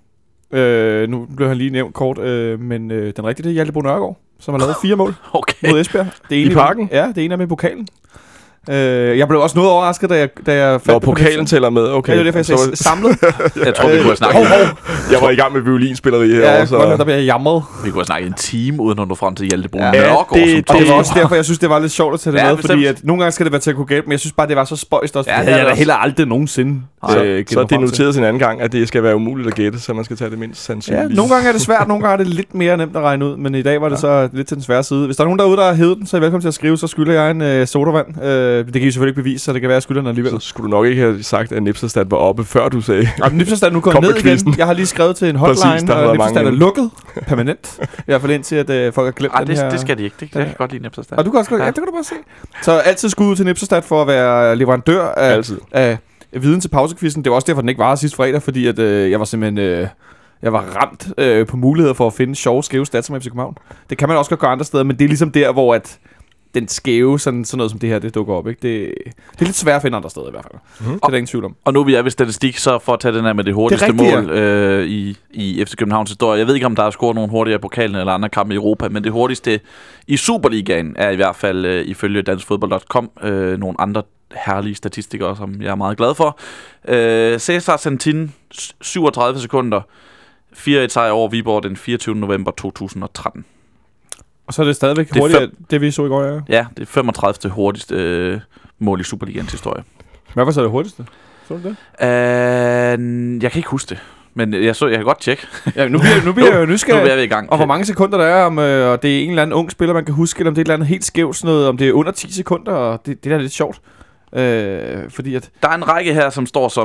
3. Nu blev han lige nævnt kort, men den rigtige, det er Hjalte Bo Nørgaard, som har lavet 4 mål mod Esbjerg. I parken? Ja, det ene er med pokalen. Jeg blev også noget overrasket, da jeg fandt pokalen tæller med, okay. Ja, det er derfor, jeg sagde samlet. Jeg tror, vi kunne have snakket. Jeg var i gang med violinspilleri herovre. Ja, så der bliver jeg jamret. Vi kunne have snakket en time, uden at nå frem til Hjalte Bo Nørgaard. Det var også derfor, jeg synes, det var lidt sjovt at tage det med, fordi at nogle gange skal det være til at kunne gætte, men jeg synes bare, det var så spøjst også. Det havde jeg heller aldrig nogensinde. Så det noterede sin anden gang, at det skal være umuligt at gætte, så man skal tage det mindst sandsynligt. Ja, nogle gange er det svært, nogle gange er det lidt mere nemt at regne ud, men i dag var det så lidt til den svære side. Hvis der er nogen derude, der har hævet den, så er I velkommen til at skrive, så skylder jeg en sodavand. Det kan I selvfølgelig ikke bevise, så det kan være, at jeg skylder den alligevel. Så skulle du nok ikke have sagt, at Nipserstad var oppe, før du sagde... Nipserstad nu kommer ned igen. Jeg har lige skrevet til en hotline, præcis, og Nipserstad er lukket permanent. I hvert fald indtil, at folk har glemt den her... det skal de ikke. Det kan godt lide Nipserstad. Og du kan også godt... Ja, det kan du bare se. Så altid skud ud til Nipserstad for at være leverandør af viden til pausekvisten. Det var også derfor, den ikke var sidste fredag, fordi at, jeg var simpelthen... Jeg var ramt på muligheder for at finde sjove, skæve stats som FC København. Det kan man også godt gøre andre steder, men det er ligesom der, hvor at den skæve, sådan noget som det her, det dukker op. Ikke? Det er lidt svært at finde andre steder i hvert fald. Det er der ingen tvivl om. Og nu vi er ved statistik, så for at tage den her med det hurtigste mål i FC Københavns historie. Jeg ved ikke, om der er scoret nogen hurtigere i pokalen eller andre kampe i Europa, men det hurtigste i Superligaen er i hvert fald ifølge danskfodbold.com nogle andre herlige statistikker, som jeg er meget glad for. Cesar Santin, 37 sekunder, 4-1 sejr over Viborg den 24. november 2013. Og så er det stadigvæk hurtigt, det vi så i går, ja. Ja, det er 35. hurtigste mål i Superligaens historie. Hvad var så det hurtigste? Så du det? Jeg kan ikke huske det, men jeg kan godt tjekke. Ja, nu bliver jeg jo nysgerrig. Nu er vi i gang. Og hvor mange sekunder der er, om og det er en eller anden ung spiller, man kan huske, eller om det er et eller andet helt skævt, sådan noget, om det er under 10 sekunder, og det er lidt sjovt. Fordi at... Der er en række her, som står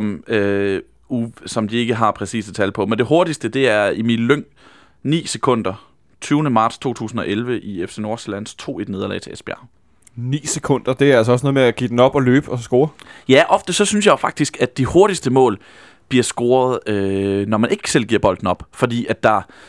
som de ikke har præcise tal på, men det hurtigste, det er Emil Lyng, 9 sekunder, 20. marts 2011 i FC Nordsjællands 2-1 nederlag til Esbjerg. 9 sekunder, det er altså også noget med at give den op og løbe og score. Ja, ofte så synes jeg jo faktisk, at de hurtigste mål bliver scoret, når man ikke selv giver bolden op, fordi at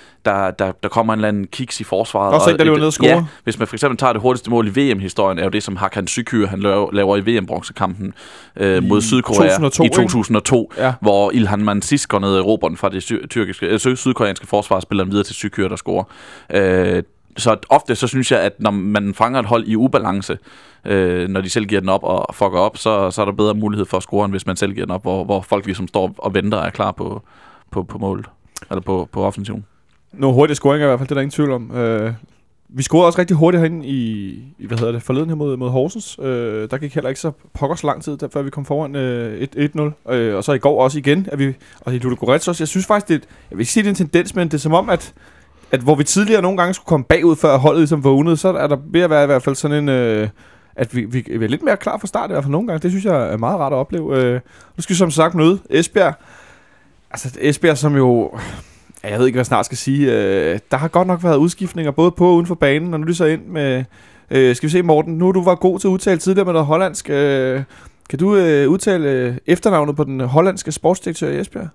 der kommer en eller anden kiks i forsvaret. Og så der løber ned og score. Ja, hvis man for eksempel tager det hurtigste mål i VM-historien, er jo det, som Hakan Şükür, han laver i VM-bronzekampen mod Sydkorea 2002, i 2002, ja. Hvor Ilhan Mansis går ned i råberen fra det sydkoreanske forsvar, spiller den videre til Şükür, der scorer. Så ofte så synes jeg, at når man fanger et hold i ubalance, når de selv giver den op og fucker op, så er der bedre mulighed for at score, end hvis man selv giver den op, hvor folk ligesom står og venter og er klar på målet, eller på offensiven. Nogle hurtige scoringer i hvert fald, det er der ingen tvivl om. Vi scorede også rigtig hurtigt herinde i forleden her mod Horsens. Der gik heller ikke så pokkers lang tid, før vi kom foran 1-0. Og så i går også igen, og i Ludogorets også. Jeg synes faktisk, jeg vil ikke sige, det er en tendens, men det er som om, at hvor vi tidligere nogle gange skulle komme bagud, før holdet ligesom vågnede, så er der ved at være i hvert fald sådan en... at vi er lidt mere klar fra start i hvert fald nogle gange. Det synes jeg er meget rart at opleve. Nu skal vi som sagt møde Esbjerg. Altså Esbjerg, som jo... Jeg ved ikke, hvad jeg snart skal sige. Der har godt nok været udskiftninger, både på og uden for banen, og nu er de så ind med... skal vi se, Morten, nu du var god til at udtale tidligere med noget hollandsk. Kan du udtale efternavnet på den hollandske sportsdirektør i Esbjerg?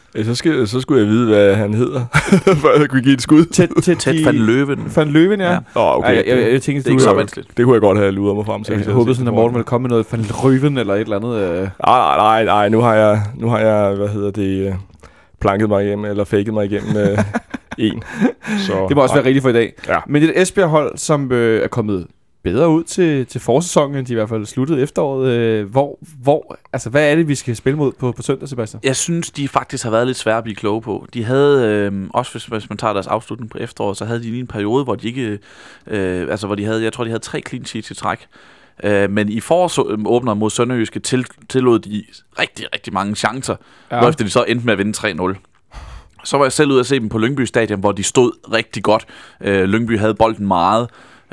Så skulle jeg vide, hvad han hedder, før jeg kunne give et skud. Tæt van Løven. Van Løven, ja. Okay. Jeg tænkte, det er ikke så vanskeligt. Det kunne jeg godt have luret mig frem til. Jeg håbede sådan, at Morten ville komme med noget Van Løven eller et eller andet. Nej, nu har jeg, planket mig hjem, eller faked mig igennem en. Så, det må også være rigtigt for i dag. Ja. Men det er et Esbjerg-hold, som er kommet bedre ud til forsæsonen, end de i hvert fald sluttede efteråret. Altså, hvad er det, vi skal spille mod på søndag, Sebastian? Jeg synes, de faktisk har været lidt svære at blive kloge på. De havde, også hvis man tager deres afslutning på efteråret, så havde de lige en periode, hvor de ikke, hvor de havde, jeg tror, de havde 3 clean sheets i træk. Men i forårsåbner mod Sønderjyske tillod de rigtig, rigtig mange chancer, hvorefter de så endte med at vinde 3-0. Så var jeg selv ude at se dem på Lyngby Stadion, hvor de stod rigtig godt. Lyngby havde bolden meget,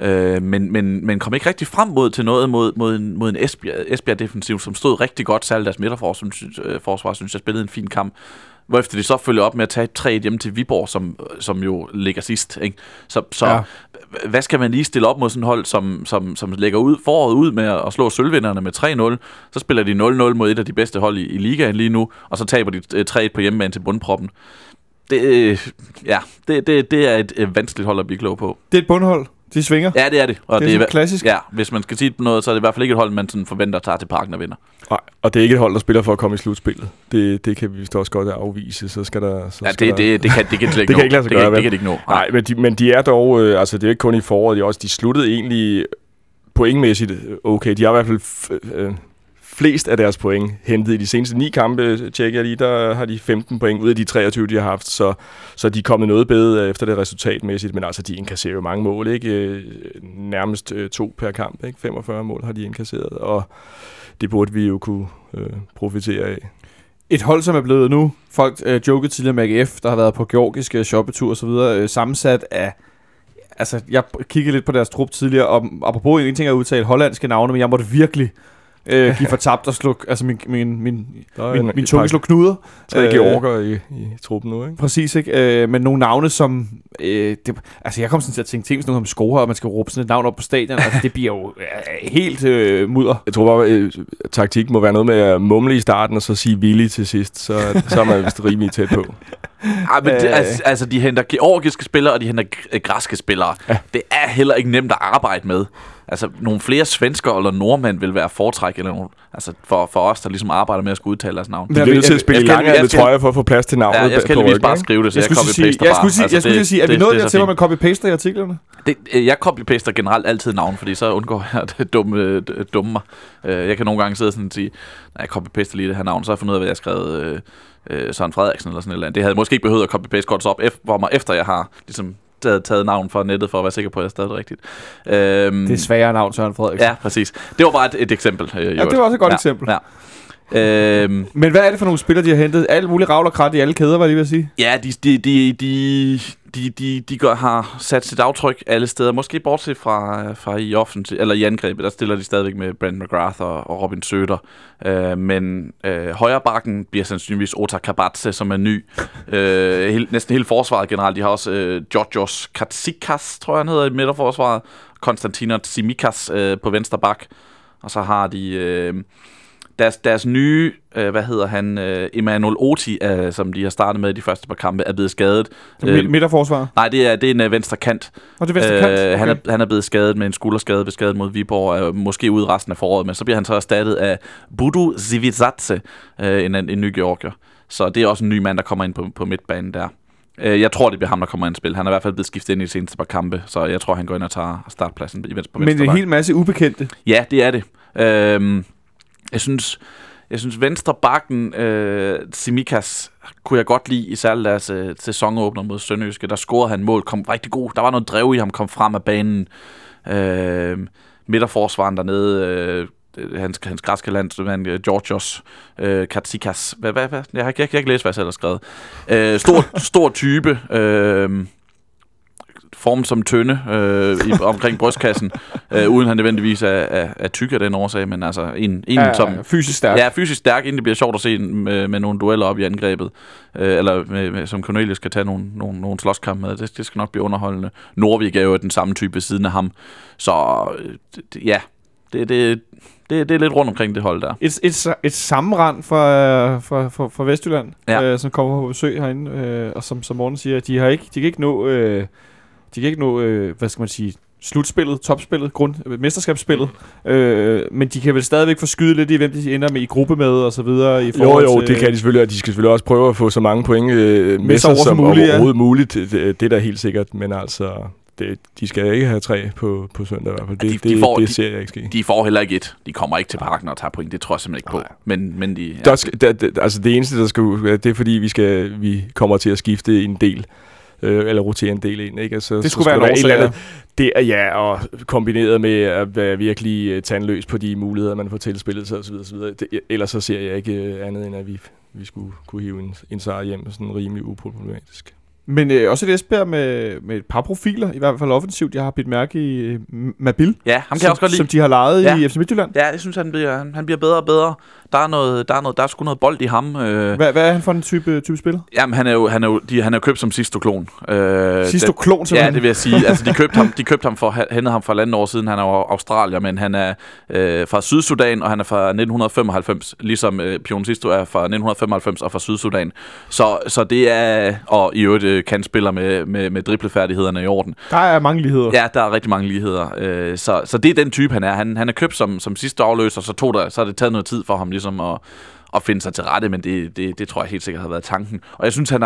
men kom ikke rigtig frem til noget mod en Esbjerg-defensiv, som stod rigtig godt. Særligt deres midterforsvar, synes jeg, spillede en fin kamp. Hvorefter de så følger op med at tage 3 hjemme til Viborg, som jo ligger sidst. Ikke? Så hvad skal man lige stille op mod sådan et hold, som lægger foråret ud med at slå sølvvinderne med 3-0? Så spiller de 0-0 mod et af de bedste hold i ligaen lige nu, og så taber de 3-1 på hjemmebane til bundproppen. Det er et vanskeligt hold at blive klog på. Det er et bundhold. De svinger. Ja, det er det. Og det er klassisk. Ja, hvis man skal sige noget, så er det i hvert fald ikke et hold, man sådan forventer tager til parken og vinder. Nej, og det er ikke et hold, der spiller for at komme i slutspillet. Det kan vi også godt afvise. Så skal der... Det kan ikke lade sig gøre. Det kan de ikke nå. Nej, men de er dog... det er ikke kun i foråret. De sluttede egentlig pointmæssigt okay. De har i hvert fald... flest af deres point hentet i de seneste 9 kampe, tjekker jeg lige, der har de 15 point ud af de 23, de har haft, så de er kommet noget bedre efter det resultatmæssigt, men altså, de indkasserer jo mange mål, ikke? Nærmest 2 per kamp, ikke? 45 mål har de indkasseret, og det burde vi jo kunne profitere af. Et hold, som er blevet nu, folk jokede tidligere med AGF, der har været på georgiske shoppetur og så videre, sammensat af... Altså, jeg kiggede lidt på deres trup tidligere, og apropos en ting at udtale hollandske navne, men jeg måtte virkelig... give for tabt og sluk, altså min tunge slog knuder. 3 georger i truppen nu, ikke? Præcis, ikke? Men nogle navne, som... jeg kom sådan til at tænke, hvis nogen har score, og man skal råbe sådan et navn op på stadion, altså det bliver jo helt mudder. Jeg tror bare, taktik må være noget med at mumle i starten, og så sige villig til sidst, så er man vist rimelig tæt på. Men de henter georgiske spillere, og de henter græske spillere. Ja. Det er heller ikke nemt at arbejde med. altså nogle flere svensker eller nordmænd vil være foretræk, eller nogle, altså for os, der ligesom arbejder med at skulle udtale deres navn. De bliver nødt til at spille lange trøjer for at få plads til navnet. Ja, jeg skal heldigvis bare skrive det, så jeg copy-paster bare. Jeg skulle sige, er vi nået dertil, hvor man copy-paster i artiklerne? Jeg copy-paster generelt altid navn, fordi så undgår jeg at dumme mig. Jeg kan nogle gange sidde sådan og sige, når jeg copy-paster lige det her navn, så har jeg fundet ud af, hvad jeg har skrevet Søren Frederiksen eller sådan et eller andet. Det havde måske ikke behøvet at copy-paste godt så op for mig, efter jeg har ligesom taget navn fra nettet, for at være sikker på, at jeg stadig er rigtigt. Det er sværere navn, Søren Frederiksen. Ja, præcis. Det var bare et eksempel. Ja, det var også et godt eksempel. Ja. Men hvad er det for nogle spillere, de har hentet? Alle mulige ravl og krat i alle kæder, var det lige ved at sige? Ja, de har sat sit aftryk alle steder. Måske bortset fra i offensiv eller i angrebet, der stiller de stadigvæk med Brent McGrath og Robin Söder. Men højre bakken bliver sandsynligvis Ota Kabatse, som er ny. Næsten hele forsvaret generelt. De har også Georgios Katsikas, tror jeg han hedder, i midterforsvaret. Konstantinos Tsimikas på venstre bak. Og så har de deres nye, Emmanuel Oti, som de har startet med i de første par kampe, er blevet skadet. Midterforsvar? Nej, det er en venstre kant. Og det er venstre kant? Okay. Han er blevet skadet med en skulderskade, ved skadet mod Viborg, måske ude resten af foråret, men så bliver han så erstattet af Budu Zivizadze, en ny georgier. Så det er også en ny mand, der kommer ind på midtbanen der. Jeg tror, det bliver ham, der kommer ind i spil. Han er i hvert fald blevet skiftet ind i de seneste par kampe, så jeg tror, han går ind og tager startpladsen på venstre. Men det er en hel masse ubekendte? Ja, det er det. Jeg synes venstre bakken Tsimikas kunne jeg godt lide, især deres sæsonåbner mod Sønderjyske. Der scorede han mål, kom rigtig god. Der var noget drev i ham, kom frem af banen. Midterforsvaren dernede, hans græske landsmand Georgios Katsikas. Hvad? Jeg kan ikke læse, hvad jeg selv har skrevet. Stor type. Formen som tynde omkring brystkassen, uden han nødvendigvis er tyk af den årsag, men altså en som fysisk stærk. Ja, fysisk stærk, inden det bliver sjovt at se med nogle dueller op i angrebet, eller som Cornelius skal tage nogle slåskampe med. Det skal nok blive underholdende. Norvig er jo den samme type ved siden af ham, så ja, det er lidt rundt omkring det hold der. Et sammenrend fra Vestjylland, som kommer på besøg herinde, og som Morten siger, de kan ikke nå, hvad skal man sige, slutspillet, topspillet, mesterskabsspillet, men de kan vel stadigvæk forskyde lidt i, hvem de ender med i gruppe med og så videre. Jo, det kan de selvfølgelig, og de skal selvfølgelig også prøve at få så mange point med sig som overhovedet muligt. Det er da helt sikkert, men altså de skal ikke have 3 på søndag i hvert fald. Det ser jeg ikke ske. De får heller ikke 1. De kommer ikke til parken og tager point. Det tror jeg simpelthen ikke på. Men de... Ja. Altså det eneste, der skal det er fordi, vi kommer til at skifte en del. Eller rotere en del ind, ikke? Altså, det skulle være et eller andet. Det er ja, og kombineret med at være virkelig tandløs på de muligheder, man får tilspillet sig osv. Ellers så ser jeg ikke andet end, at vi skulle kunne hive en sejr hjem sådan rimelig uproblematisk. Men også et Esbjerg med et par profiler, i hvert fald offensivt. Jeg har bidt mærke i Mabil, ja, ham kan jeg også godt lide. Som de har lejet i FC Midtjylland. Ja, jeg synes, han bliver bedre og bedre. Der er sgu noget bold i ham. Hvad er han for en type spiller? Jamen, han er jo købt som Sisto-klon. Sisto-klon, simpelthen? Ja, det vil jeg sige. Altså, de købte ham hentede ham for 1,5 år siden. Han er jo australier, men han er fra Sydsudan, og han er fra 1995, ligesom Pion Sisto er fra 1995 og fra Sydsudan. Så det er, og i øvrigt kan spiller med driblefærdighederne i orden. Der er mange ligheder. Ja, der er rigtig mange ligheder. Så det er den type, han er. Han er købt som sidste afløser, så har det taget noget tid for ham ligesom at finde sig til rette, men det tror jeg helt sikkert har været tanken. Og jeg synes,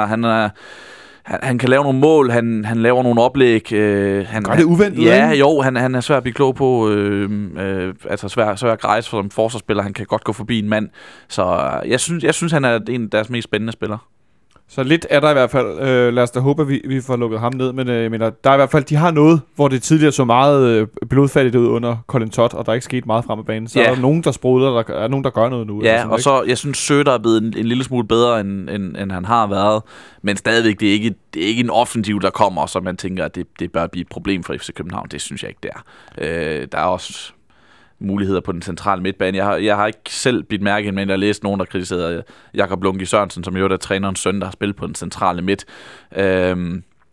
han kan lave nogle mål, han laver nogle oplæg. Han gør det uventet, ja, ikke? Jo, han er svær at blive klog på. Altså svær at grejse som forsvarsspiller. Han kan godt gå forbi en mand. Så jeg synes han er en af deres mest spændende spillere. Så lidt er der i hvert fald. Lad os da håbe, at vi får lukket ham ned. Men der er i hvert fald, de har noget, hvor det tidligere så meget blodfattigt ud under Colin Todd, og der er ikke sket meget frem af banen. Så er der nogen, der sprudler, der er nogen, der gør noget nu. Ja, og så, jeg synes, Søder er blevet en lille smule bedre, end han har været. Men stadigvæk, det er ikke en offensiv, der kommer, så man tænker, at det bør blive et problem for FC København. Det synes jeg ikke, det er. Der er også muligheder på den centrale midtbane. Jeg har ikke selv blivet mærke, men jeg har læst nogen, der kritiserede Jakob Lungi Sørensen, som jo er trænerens søn, der har spillet på den centrale midt.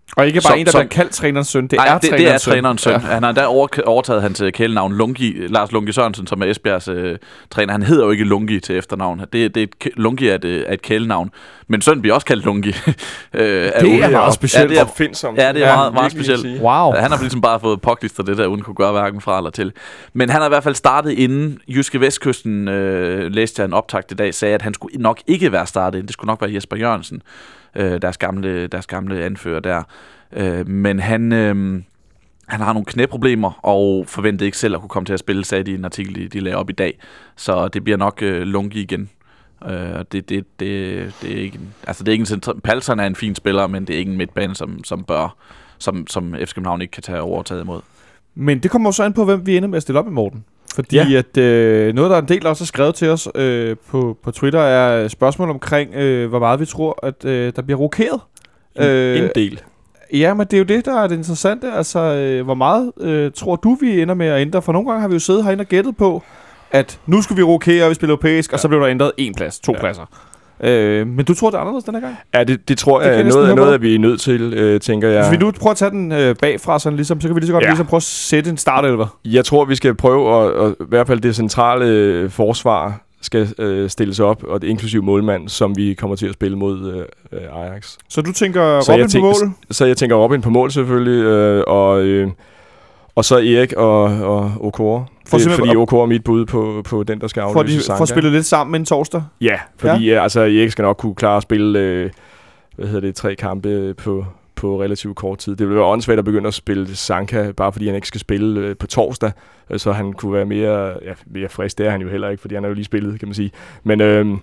Og ikke bare en, der bliver kaldt trænerens søn. Det er trænerens søn. Ja. Han har endda overtaget hans kælenavn Lars Lungi Sørensen, som er Esbjergs træner. Han hedder jo ikke Lungi til efternavn. Lungi er et kælenavn. Men søn bliver også kaldt Lungi. Det er meget specielt. Ja, det er opfindsomt. Ja, det er meget specielt. Wow. Han har ligesom bare fået påklistret det der, uden kunne gøre hverken fra eller til. Men han har i hvert fald startet inden Jyske Vestkysten, læste jeg en optakt i dag, sagde, at han skulle nok ikke være startet inden. Det skulle nok være Jesper Jørgensen, deres gamle anfører der. Men han har nogle knæproblemer og forventede ikke selv at kunne komme til at spille, sagde de i en artikel, de lagde op i dag. Så det bliver nok Lungi igen. Det er ikke, altså det er ikke en Palsson er en fin spiller, men det er ikke en midtbane, som FC København ikke kan tage overtaget imod. Men det kommer jo så an på, hvem vi ender med at stille op i Morten. Fordi at noget, der er en del også er skrevet til os på Twitter, er spørgsmål omkring, hvor meget vi tror, at der bliver rokeret. En del. Ja, men det er jo det, der er det interessante. Altså, hvor meget tror du, vi ender med at ændre? For nogle gange har vi jo siddet herinde og gættet på, at nu skulle vi rokere, og vi spiller europæisk, og så blev der ændret 1 plads, 2 pladser. Men du tror, det er anderledes den her gang? Ja, det tror jeg noget af vi er nødt til, tænker jeg. Hvis vi nu prøver at tage den bagfra, sådan ligesom, så kan vi lige så godt ligesom prøve at sætte en startelver. Jeg tror, vi skal prøve at i hvert fald det centrale forsvar skal stilles op, og det inklusive målmand, som vi kommer til at spille mod Ajax. Så du tænker Robin på mål? Så jeg tænker Robin på mål selvfølgelig, og så Erik og Okoro. Fordi Okoro er mit bud på den, der skal afløse Sanka. For at spille lidt sammen en torsdag? Ja, fordi altså, Erik skal nok kunne klare at spille 3 kampe på relativt kort tid. Det vil være åndssvagt at begynde at spille Sanka, bare fordi han ikke skal spille på torsdag, så han kunne være mere frisk. Det er han jo heller ikke, fordi han er jo lige spillet, kan man sige. Men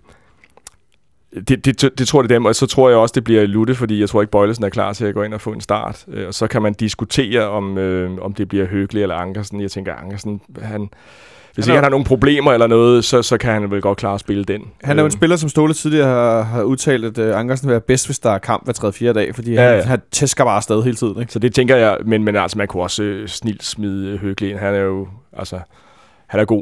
det tror jeg dem, og så tror jeg også, det bliver Lutte, fordi jeg tror ikke, Bøjlesen er klar til at gå ind og få en start. Og så kan man diskutere, om det bliver Høgli eller Ankersen. Jeg tænker, Ankersen, hvis ikke han har nogle problemer eller noget, så kan han vel godt klare at spille den. Han er jo en spiller, som Ståle tidligere har udtalt, at Ankersen vil være bedst, hvis der er kamp hver 3-4 dag, fordi han tæsker bare afsted hele tiden. Ikke? Så det tænker jeg, men altså, man kunne også snilt smide Høgli ind. Han er jo, altså, han er god.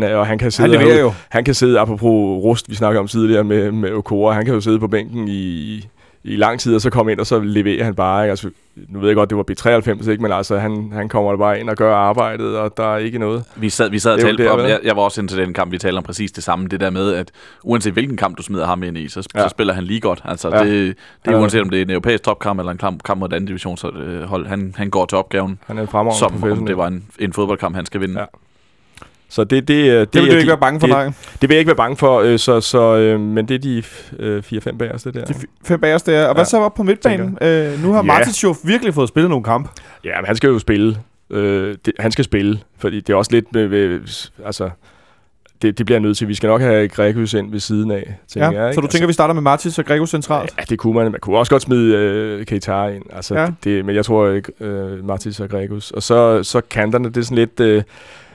Han kan sidde, apropos Rust, vi snakker om tidligere med Okoro, han kan jo sidde på bænken i lang tid, og så komme ind, og så leverer han bare. Ikke? Altså, nu ved jeg godt, det var B93, ikke? Men altså, han kommer der bare ind og gør arbejdet, og der er ikke noget. Vi sad og talte om, jeg var også ind til den kamp, vi talte om præcis det samme, det der med, at uanset hvilken kamp du smider ham ind i, så spiller han lige godt. Altså, det er uanset om det er en europæisk topkamp, eller en kamp mod et andet divisionshold, han går til opgaven, han er en som om det var en fodboldkamp, han skal vinde. Ja. Så det vil du ikke være bange for, nej? Det vil jeg ikke være bange for, men det er de 4-5 bagerste der. De 5 bagerste, ja. Og hvad så op på midtbanen? Nu har Martins jo virkelig fået spillet nogle kampe. Ja, men han skal jo spille. Han skal spille, fordi det er også lidt altså, det bliver nødt til. Vi skal nok have Gregus ind ved siden af, tænker jeg. Ikke? Så du tænker, vi starter med Martins og Gregus centralt? Ja, det kunne man. Man kunne også godt smide Keita ind. Altså, men jeg tror Martins og Gregus. Og så kanterne, det er sådan lidt...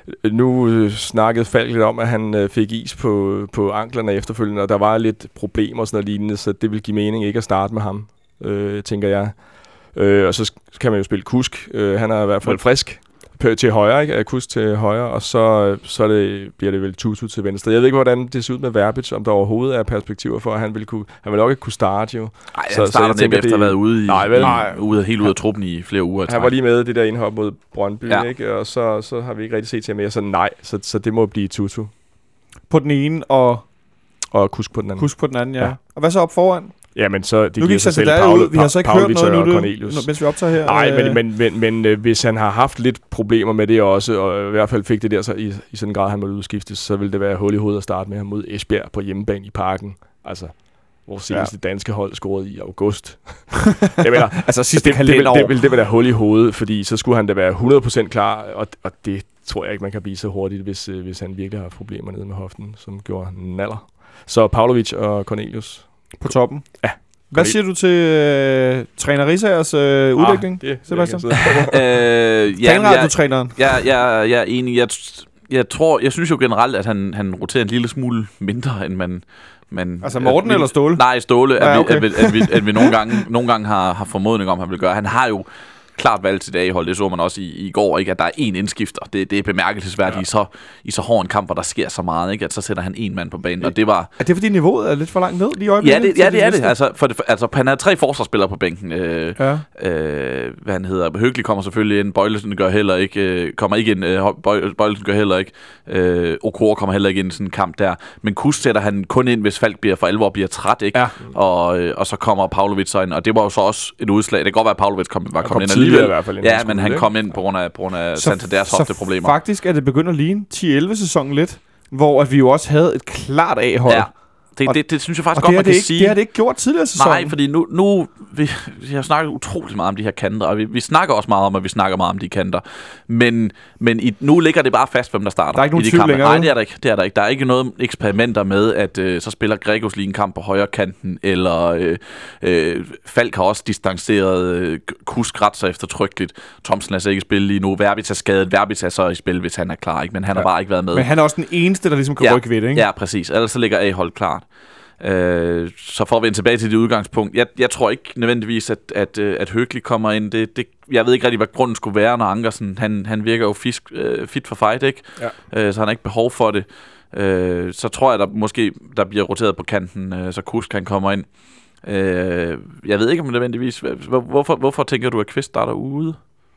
Nu snakkede Falk lidt om, at han fik is på anklerne efterfølgende, og der var lidt problemer og sådan noget lignende, så det vil give mening ikke at starte med ham, tænker jeg. Og så kan man jo spille Kusk. Han er i hvert fald frisk til højre, ikke? Kusk til højre, og så bliver det vel Tutu til venstre. Jeg ved ikke, hvordan det ser ud med Verbic, om der overhovedet er perspektiver for, at han vil nok ikke kunne starte jo. Nej, han starter nemt efter at have været ude helt ude af truppen i flere uger. Han var lige med det der indhop mod Brøndby, ikke? Og så har vi ikke rigtig set til mere, så nej, så det må blive Tutu. På den ene, og Kusk på den anden. Kusk på den anden, ja. Og hvad så op foran? Jamen, så det nu giver sig selv vi har så ikke hørt noget nu, mens vi optager her. Nej, men hvis han har haft lidt problemer med det også, og i hvert fald fik det der så i sådan en grad, han måtte udskiftes, så vil det være hul i hovedet at starte med ham mod Esbjerg på hjemmebane i Parken. Altså, vores seneste danske hold scorede i august. Jeg mener, altså sidste kalenderår. Det vil være hul i hovedet, fordi så skulle han da være 100% klar, og det tror jeg ikke, man kan blive så hurtigt, hvis han virkelig har problemer nede med hoften, som gjorde naller. Så Pavlovic og Cornelius på toppen. Ja. Hvad siger du til træner Risagers udvikling, Sebastian? Fanradio-træneren. Jeg er enig. Jeg synes jo generelt, at han roterer en lille smule mindre, end man altså Morten eller Ståle? Nej, Ståle, at vi nogle gange har formodning om, han vil gøre. Han har jo klart valg til det A-hold. Det så man også i går, ikke? At der er én indskifter. Det er bemærkelsesværdigt i så hård en kamp, hvor der sker så meget, ikke? At så sætter han en mand på banen, og det var... Er det fordi niveauet er lidt for langt ned lige i øjeblikket? Ja, det er det. Altså, han havde 3 forsvarsspillere på bænken. Hvad han hedder. Høgli kommer selvfølgelig ind. Bøjlesen gør heller ikke. Kommer ikke ind. Bøjlesen gør heller ikke. Okoro kommer heller ikke ind i sådan en kamp der. Men Kus sætter han kun ind, hvis Falk for alvor bliver træt, ikke? Ja. Og så kommer Pavlovic ind, og det var jo så også et udslag. Det kan godt være, at Pavlovic var kommet ind alligevel. I hvert fald, ja, men han kom ind på grund af Santanders hofteproblemer. Så faktisk er det begyndt at ligne 10-11 sæsonen lidt, hvor at vi jo også havde et klart A-hold. Ja. Det synes jeg faktisk godt, man kan sige. Det har det ikke gjort tidligere sæsonen. Nej, fordi nu vi har snakket utroligt meget om de her kanter, og vi snakker også meget om, at vi snakker meget om de kanter. Men nu ligger det bare fast, hvem der starter. Der er ikke nogen tvivl længere. Nej, det er der ikke. Der er ikke noget eksperimenter med, at så spiller Gregos lige en kamp på højre kanten, eller Falk har også distanceret Kusk ret så eftertrykkeligt. Thomsen er så ikke i spil lige nu. Verbitz er skadet. Verbitz er så i spil, hvis han er klar, ikke? Men han har bare ikke været med. Men han er også den eneste, der ligesom kan rykke ved det, ikke? Ja, præcis. Ellers så ligger A-hold klart. Så for at vende tilbage til det udgangspunkt, jeg tror ikke nødvendigvis, at Høgli kommer ind. Jeg ved ikke rigtig, hvad grunden skulle være, når Ankersen, han virker jo fit for fight, ikke? Ja. Så han har ikke behov for det. Så tror jeg, der bliver roteret på kanten, så Kusk kan komme ind. Jeg ved ikke, om nødvendigvis... Hvorfor tænker du, at Kvist starter ude?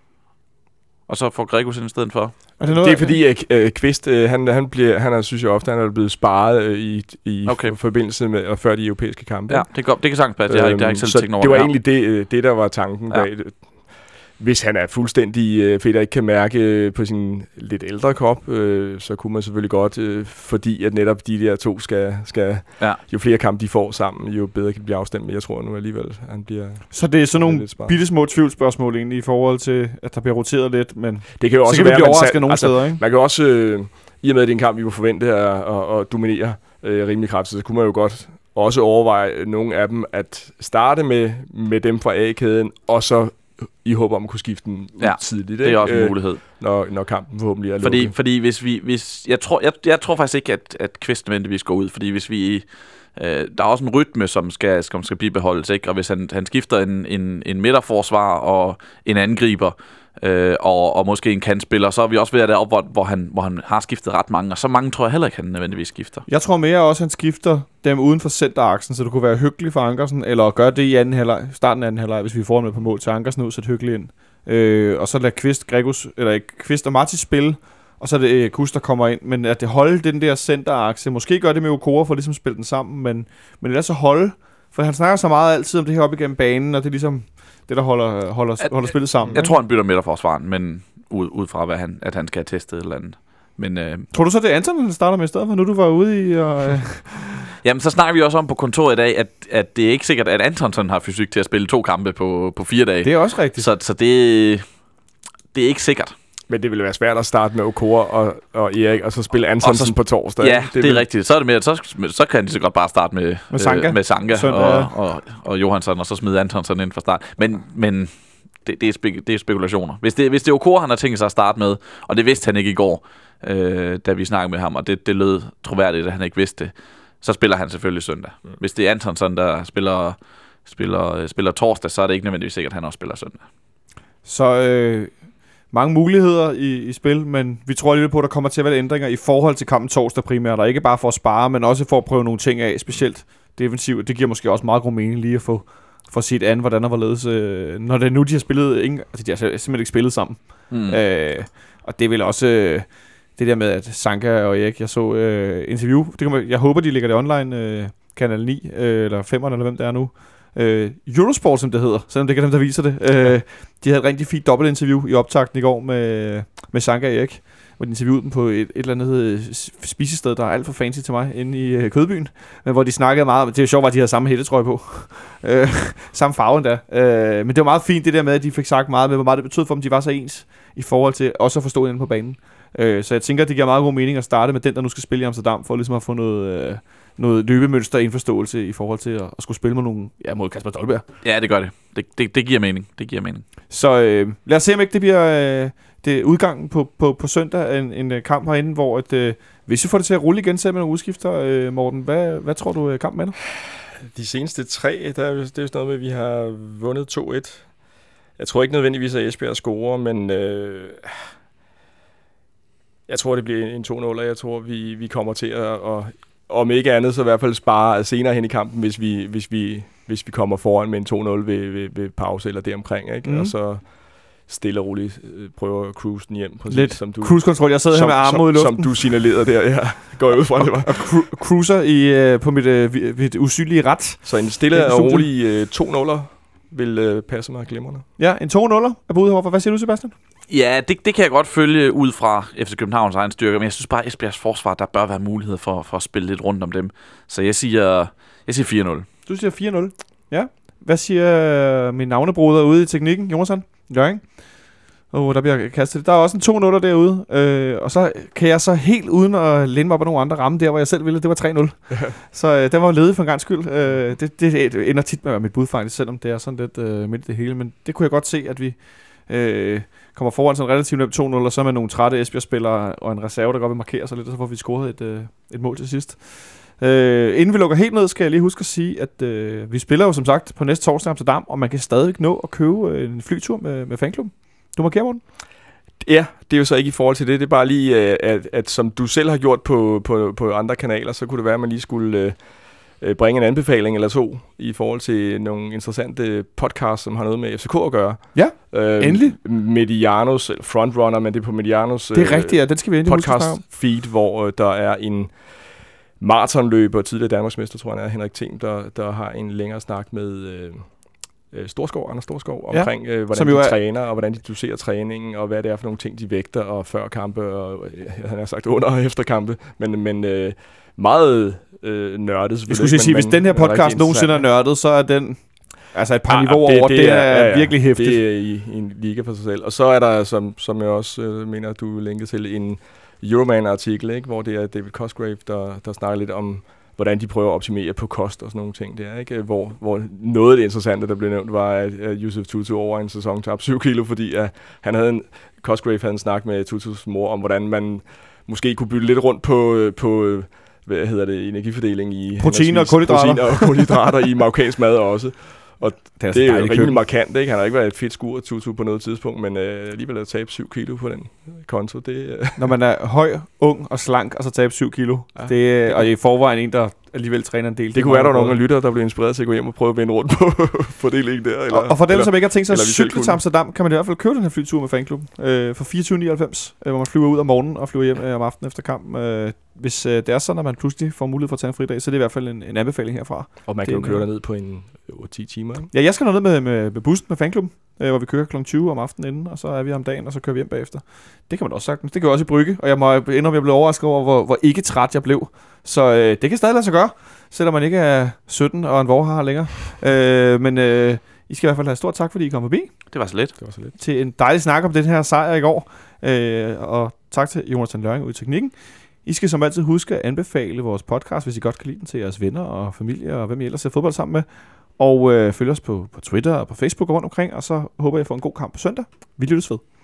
Og så får Gregos ind i stedet for? Det er fordi, at Kvist, han er, synes jeg ofte, han er blevet sparet i forbindelse med, og før de europæiske kampe. Ja, det kan sagtens passe. Jeg har ikke selv tænkt over det var egentlig det, der var tanken bag det. Hvis han er fuldstændig fedt og ikke kan mærke på sin lidt ældre krop, så kunne man selvfølgelig godt, fordi at netop de der to skal jo flere kampe de får sammen, jo bedre kan de blive afstemt. Men jeg tror nu alligevel, han bliver... Så det er sådan nogle bittesmå tvivlsspørgsmål egentlig i forhold til, at der bliver roteret lidt, men det kan jo også så kan være, vi blive overrasket nogle steder, ikke? Man kan også, i og med at det er en kamp, vi må forvente at dominere rimelig kraftigt, så kunne man jo godt også overveje nogle af dem at starte med dem fra A-kæden, og så i håb om at kunne skifte den tidligt. Det er også en mulighed. Når kampen forhåbentlig er lukket. Fordi hvis jeg tror faktisk ikke, at Kvist nødvendigvis går ud, fordi hvis vi... der er også en rytme, som skal bibeholdes, ikke? Og hvis han skifter en midterforsvar og en angriber, og måske en kantspiller, så er vi også ved at det op, hvor han har skiftet ret mange, og så mange tror jeg heller ikke, han nødvendigvis skifter. Jeg tror mere også, han skifter dem uden for centeraksen, så det kunne være hyggeligt for Ankersen, eller gøre det i starten af anden halvleg, hvis vi får med på mål til Ankersen ud, så det hyggeligt ind. Og så lade Kvist og Martis spille, og så er det Kus, der kommer ind. Men at det holde den der centerakse, måske gør det med Okoro for ligesom at spille den sammen, men ellers så holde, for han snakker så meget altid om det her op igennem banen, og det er ligesom det, der holder spillet sammen. Jeg tror, han bytter midterforsvaren, men ud fra, at han skal have testet et eller andet. Men, tror du så, det er Anton, der starter med i stedet for, nu du var ude i... Jamen, så snakker vi også om på kontoret i dag, at det er ikke sikkert, at Antonsson har fysik til at spille 2 kampe på 4 dage. Det er også rigtigt. Så det er ikke sikkert. Men det ville være svært at starte med Okoro og Erik, og så spille Antonsen på torsdag. Ja, det er rigtigt. Så er det mere, så kan de så godt bare starte med Sanka og Johansson, og så smide Antonsen ind fra start. Men det er spekulationer. Hvis det er Okoro, han har tænkt sig at starte med, og det vidste han ikke i går, da vi snakkede med ham, og det lød troværdigt, at han ikke vidste det, så spiller han selvfølgelig søndag. Hvis det er Antonsen, der spiller torsdag, så er det ikke nødvendigvis sikkert, at han også spiller søndag. Så mange muligheder i spil, men vi tror alligevel på, at der kommer til at være ændringer i forhold til kampen torsdag primært, og ikke bare for at spare, men også for at prøve nogle ting af, specielt defensivt. Det giver måske også meget god mening lige at få set an, hvordan der var ledes, når det er nu, de har spillet, altså de har simpelthen ikke spillet sammen. Og det vil også det der med, at Sanka og Erik, jeg så interview, jeg håber, de lægger det online, Kanal 9, eller 5'eren, eller hvem det er nu, Eurosport, som det hedder, selvom det ikke er dem, der viser det. De havde et rigtig fint dobbeltinterview i optakten i går med Sanka og Erik, hvor de interviewede dem på et eller andet spisested, der er alt for fancy til mig, inde i Kødbyen, men hvor de snakkede meget om, det er sjovt, at de havde samme hættetrøje på, samme farve endda, men det var meget fint det der med, at de fik sagt meget med, hvor meget det betød for dem, de var så ens, i forhold til også at forstå hinanden på banen. Så jeg tænker, at det giver meget god mening at starte med den, der nu skal spille i Amsterdam, for ligesom at få noget løbemønster og indforståelse i forhold til at skulle spille med nogen, mod Kasper Dolberg. Ja, det gør det. Det giver mening. Det giver mening. Så lad os se, om ikke det bliver det udgangen på søndag, en kamp herinde, hvor hvis vi får det til at rulle igen selv med nogle udskifter, Morten, hvad tror du kampen ender? De seneste 3, det er jo sådan noget med, at vi har vundet 2-1. Jeg tror ikke nødvendigvis, at Esbjerg scorer, men jeg tror, det bliver en 2-0, og jeg tror, vi kommer til at om ikke andet, så i hvert fald spare senere hen i kampen, hvis vi kommer foran med en 2-0 ved pause eller deromkring, ikke? Og så stille og roligt prøver at cruise den hjem. Præcis, lidt som du, cruise-kontrol. Jeg sidder her med armen ud i luften. Som du signalerede der, ja. Går jeg ud fra, det var. Og cruiser på mit usynlige ret. Så en stille og rolig 2-0'er vil passe mig glimrende. Ja, en 2-0'er er på ude herfra. Hvad siger du, Sebastian? Ja, det kan jeg godt følge ud fra FC Københavns egen styrke, men jeg synes bare, at Esbjergs forsvar, der bør være mulighed for at spille lidt rundt om dem. Så jeg siger 4-0. Du siger 4-0. Ja. Hvad siger min navnebroder ude i teknikken, Jonathan Løring? Der bliver kastet. Der er også en 2-0 derude, og så kan jeg så helt uden at læne mig på nogle andre ramme der, hvor jeg selv ville, det var 3-0. Så den var ledet for en gang skyld. Det ender tit med at være mit bud faktisk, selvom det er sådan lidt midt i det hele. Men det kunne jeg godt se, at vi kommer foran sådan relativt nemt 2-0, og så med nogle trætte Esbjerg-spillere og en reserve, der godt vil markere sig lidt, og så får vi scoret et mål til sidst. Inden vi lukker helt ned, skal jeg lige huske at sige, at vi spiller jo som sagt på næste torsdag i Amsterdam, og man kan stadigvæk nå at købe en flytur med fanklubben. Du markerer, Morten? Ja, det er jo så ikke i forhold til det. Det er bare lige, at som du selv har gjort på andre kanaler, så kunne det være, at man lige skulle bringe en anbefaling eller to i forhold til nogle interessante podcasts, som har noget med FCK at gøre. Ja, endelig. Medianos, Frontrunner, men det er på Medianos det er rigtigt, ja, den skal vi endelig podcast feed, hvor der er en maratonløber, tidligere Danmarksmester, tror jeg, Henrik Thiem, der har en længere snak med Anders Storskov, omkring hvordan de træner, og hvordan de doserer træningen, og hvad det er for nogle ting, de vægter, og før kampe, og han har sagt under og efter kampe, men meget nørdet. Jeg skulle sige, hvis den her podcast nogensinde er nørdet, så er den altså et par niveauer over. Det er virkelig hæftigt. Det er i en liga for sig selv. Og så er der, som jeg også mener, du linkede til, en Euroman-artikel, ikke, hvor det er David Cosgrave, der snakker lidt om, hvordan de prøver at optimere på kost og sådan nogle ting der, ikke? Hvor noget af det interessante, der blev nævnt, var, at Yusuf Tutu over en sæson tabte 7 kilo, fordi Cosgrave havde en snak med Tutus mor om, hvordan man måske kunne bytte lidt rundt på hvad hedder det, energifordeling i proteiner og kulhydrater i marokkansk mad også. Og det er jo rimelig køkken. markant, ikke? Han har ikke været et fedt skur af Tutu på noget tidspunkt, men alligevel at tabe 7 kilo på den konto, det... Når man er høj, ung og slank, og så tabe 7 kilo, ja, og i forvejen en, der alligevel træner en del. Det kunne være, der var nogle lyttere, der blev inspireret til at gå hjem og prøve at vende rundt på fordelingen der. Eller, og for dem, som ikke har tænkt sig at cykle til Amsterdam, kan man i hvert fald købe den her flytur med fanklubben for 24,99, hvor man flyver ud om morgenen og flyver hjem om aftenen efter kampen. Hvis det er sådan, at man pludselig får mulighed for at tage en fridag, så er det i hvert fald en anbefaling herfra. Og man kan jo køre derned på en 10 timer, ikke? Ja, jeg skal ned med bussen med fanklubben, hvor vi kører kl. 20 om aftenen inden, og så er vi om dagen, og så kører vi hjem bagefter. Det kan man også sagtens. Det kan jeg også i Brygge, og jeg må indrømme, at jeg blev overrasket over, hvor ikke træt jeg blev. Så det kan stadig lade sig gøre, selvom man ikke er 17 og en vorhar længere. Men I skal i hvert fald have stort tak, fordi I kom forbi. Det var så lidt. Til en dejlig snak om den her sejr i går. Og tak til Jonathan Løring ude i teknikken. I skal som altid huske at anbefale vores podcast, hvis I godt kan lide den, til jeres venner og familie, og hvem I ellers ser fodbold sammen med. Og følg os på Twitter og på Facebook og rundt omkring, og så håber jeg, at I får en god kamp på søndag. Vi lyttes ved.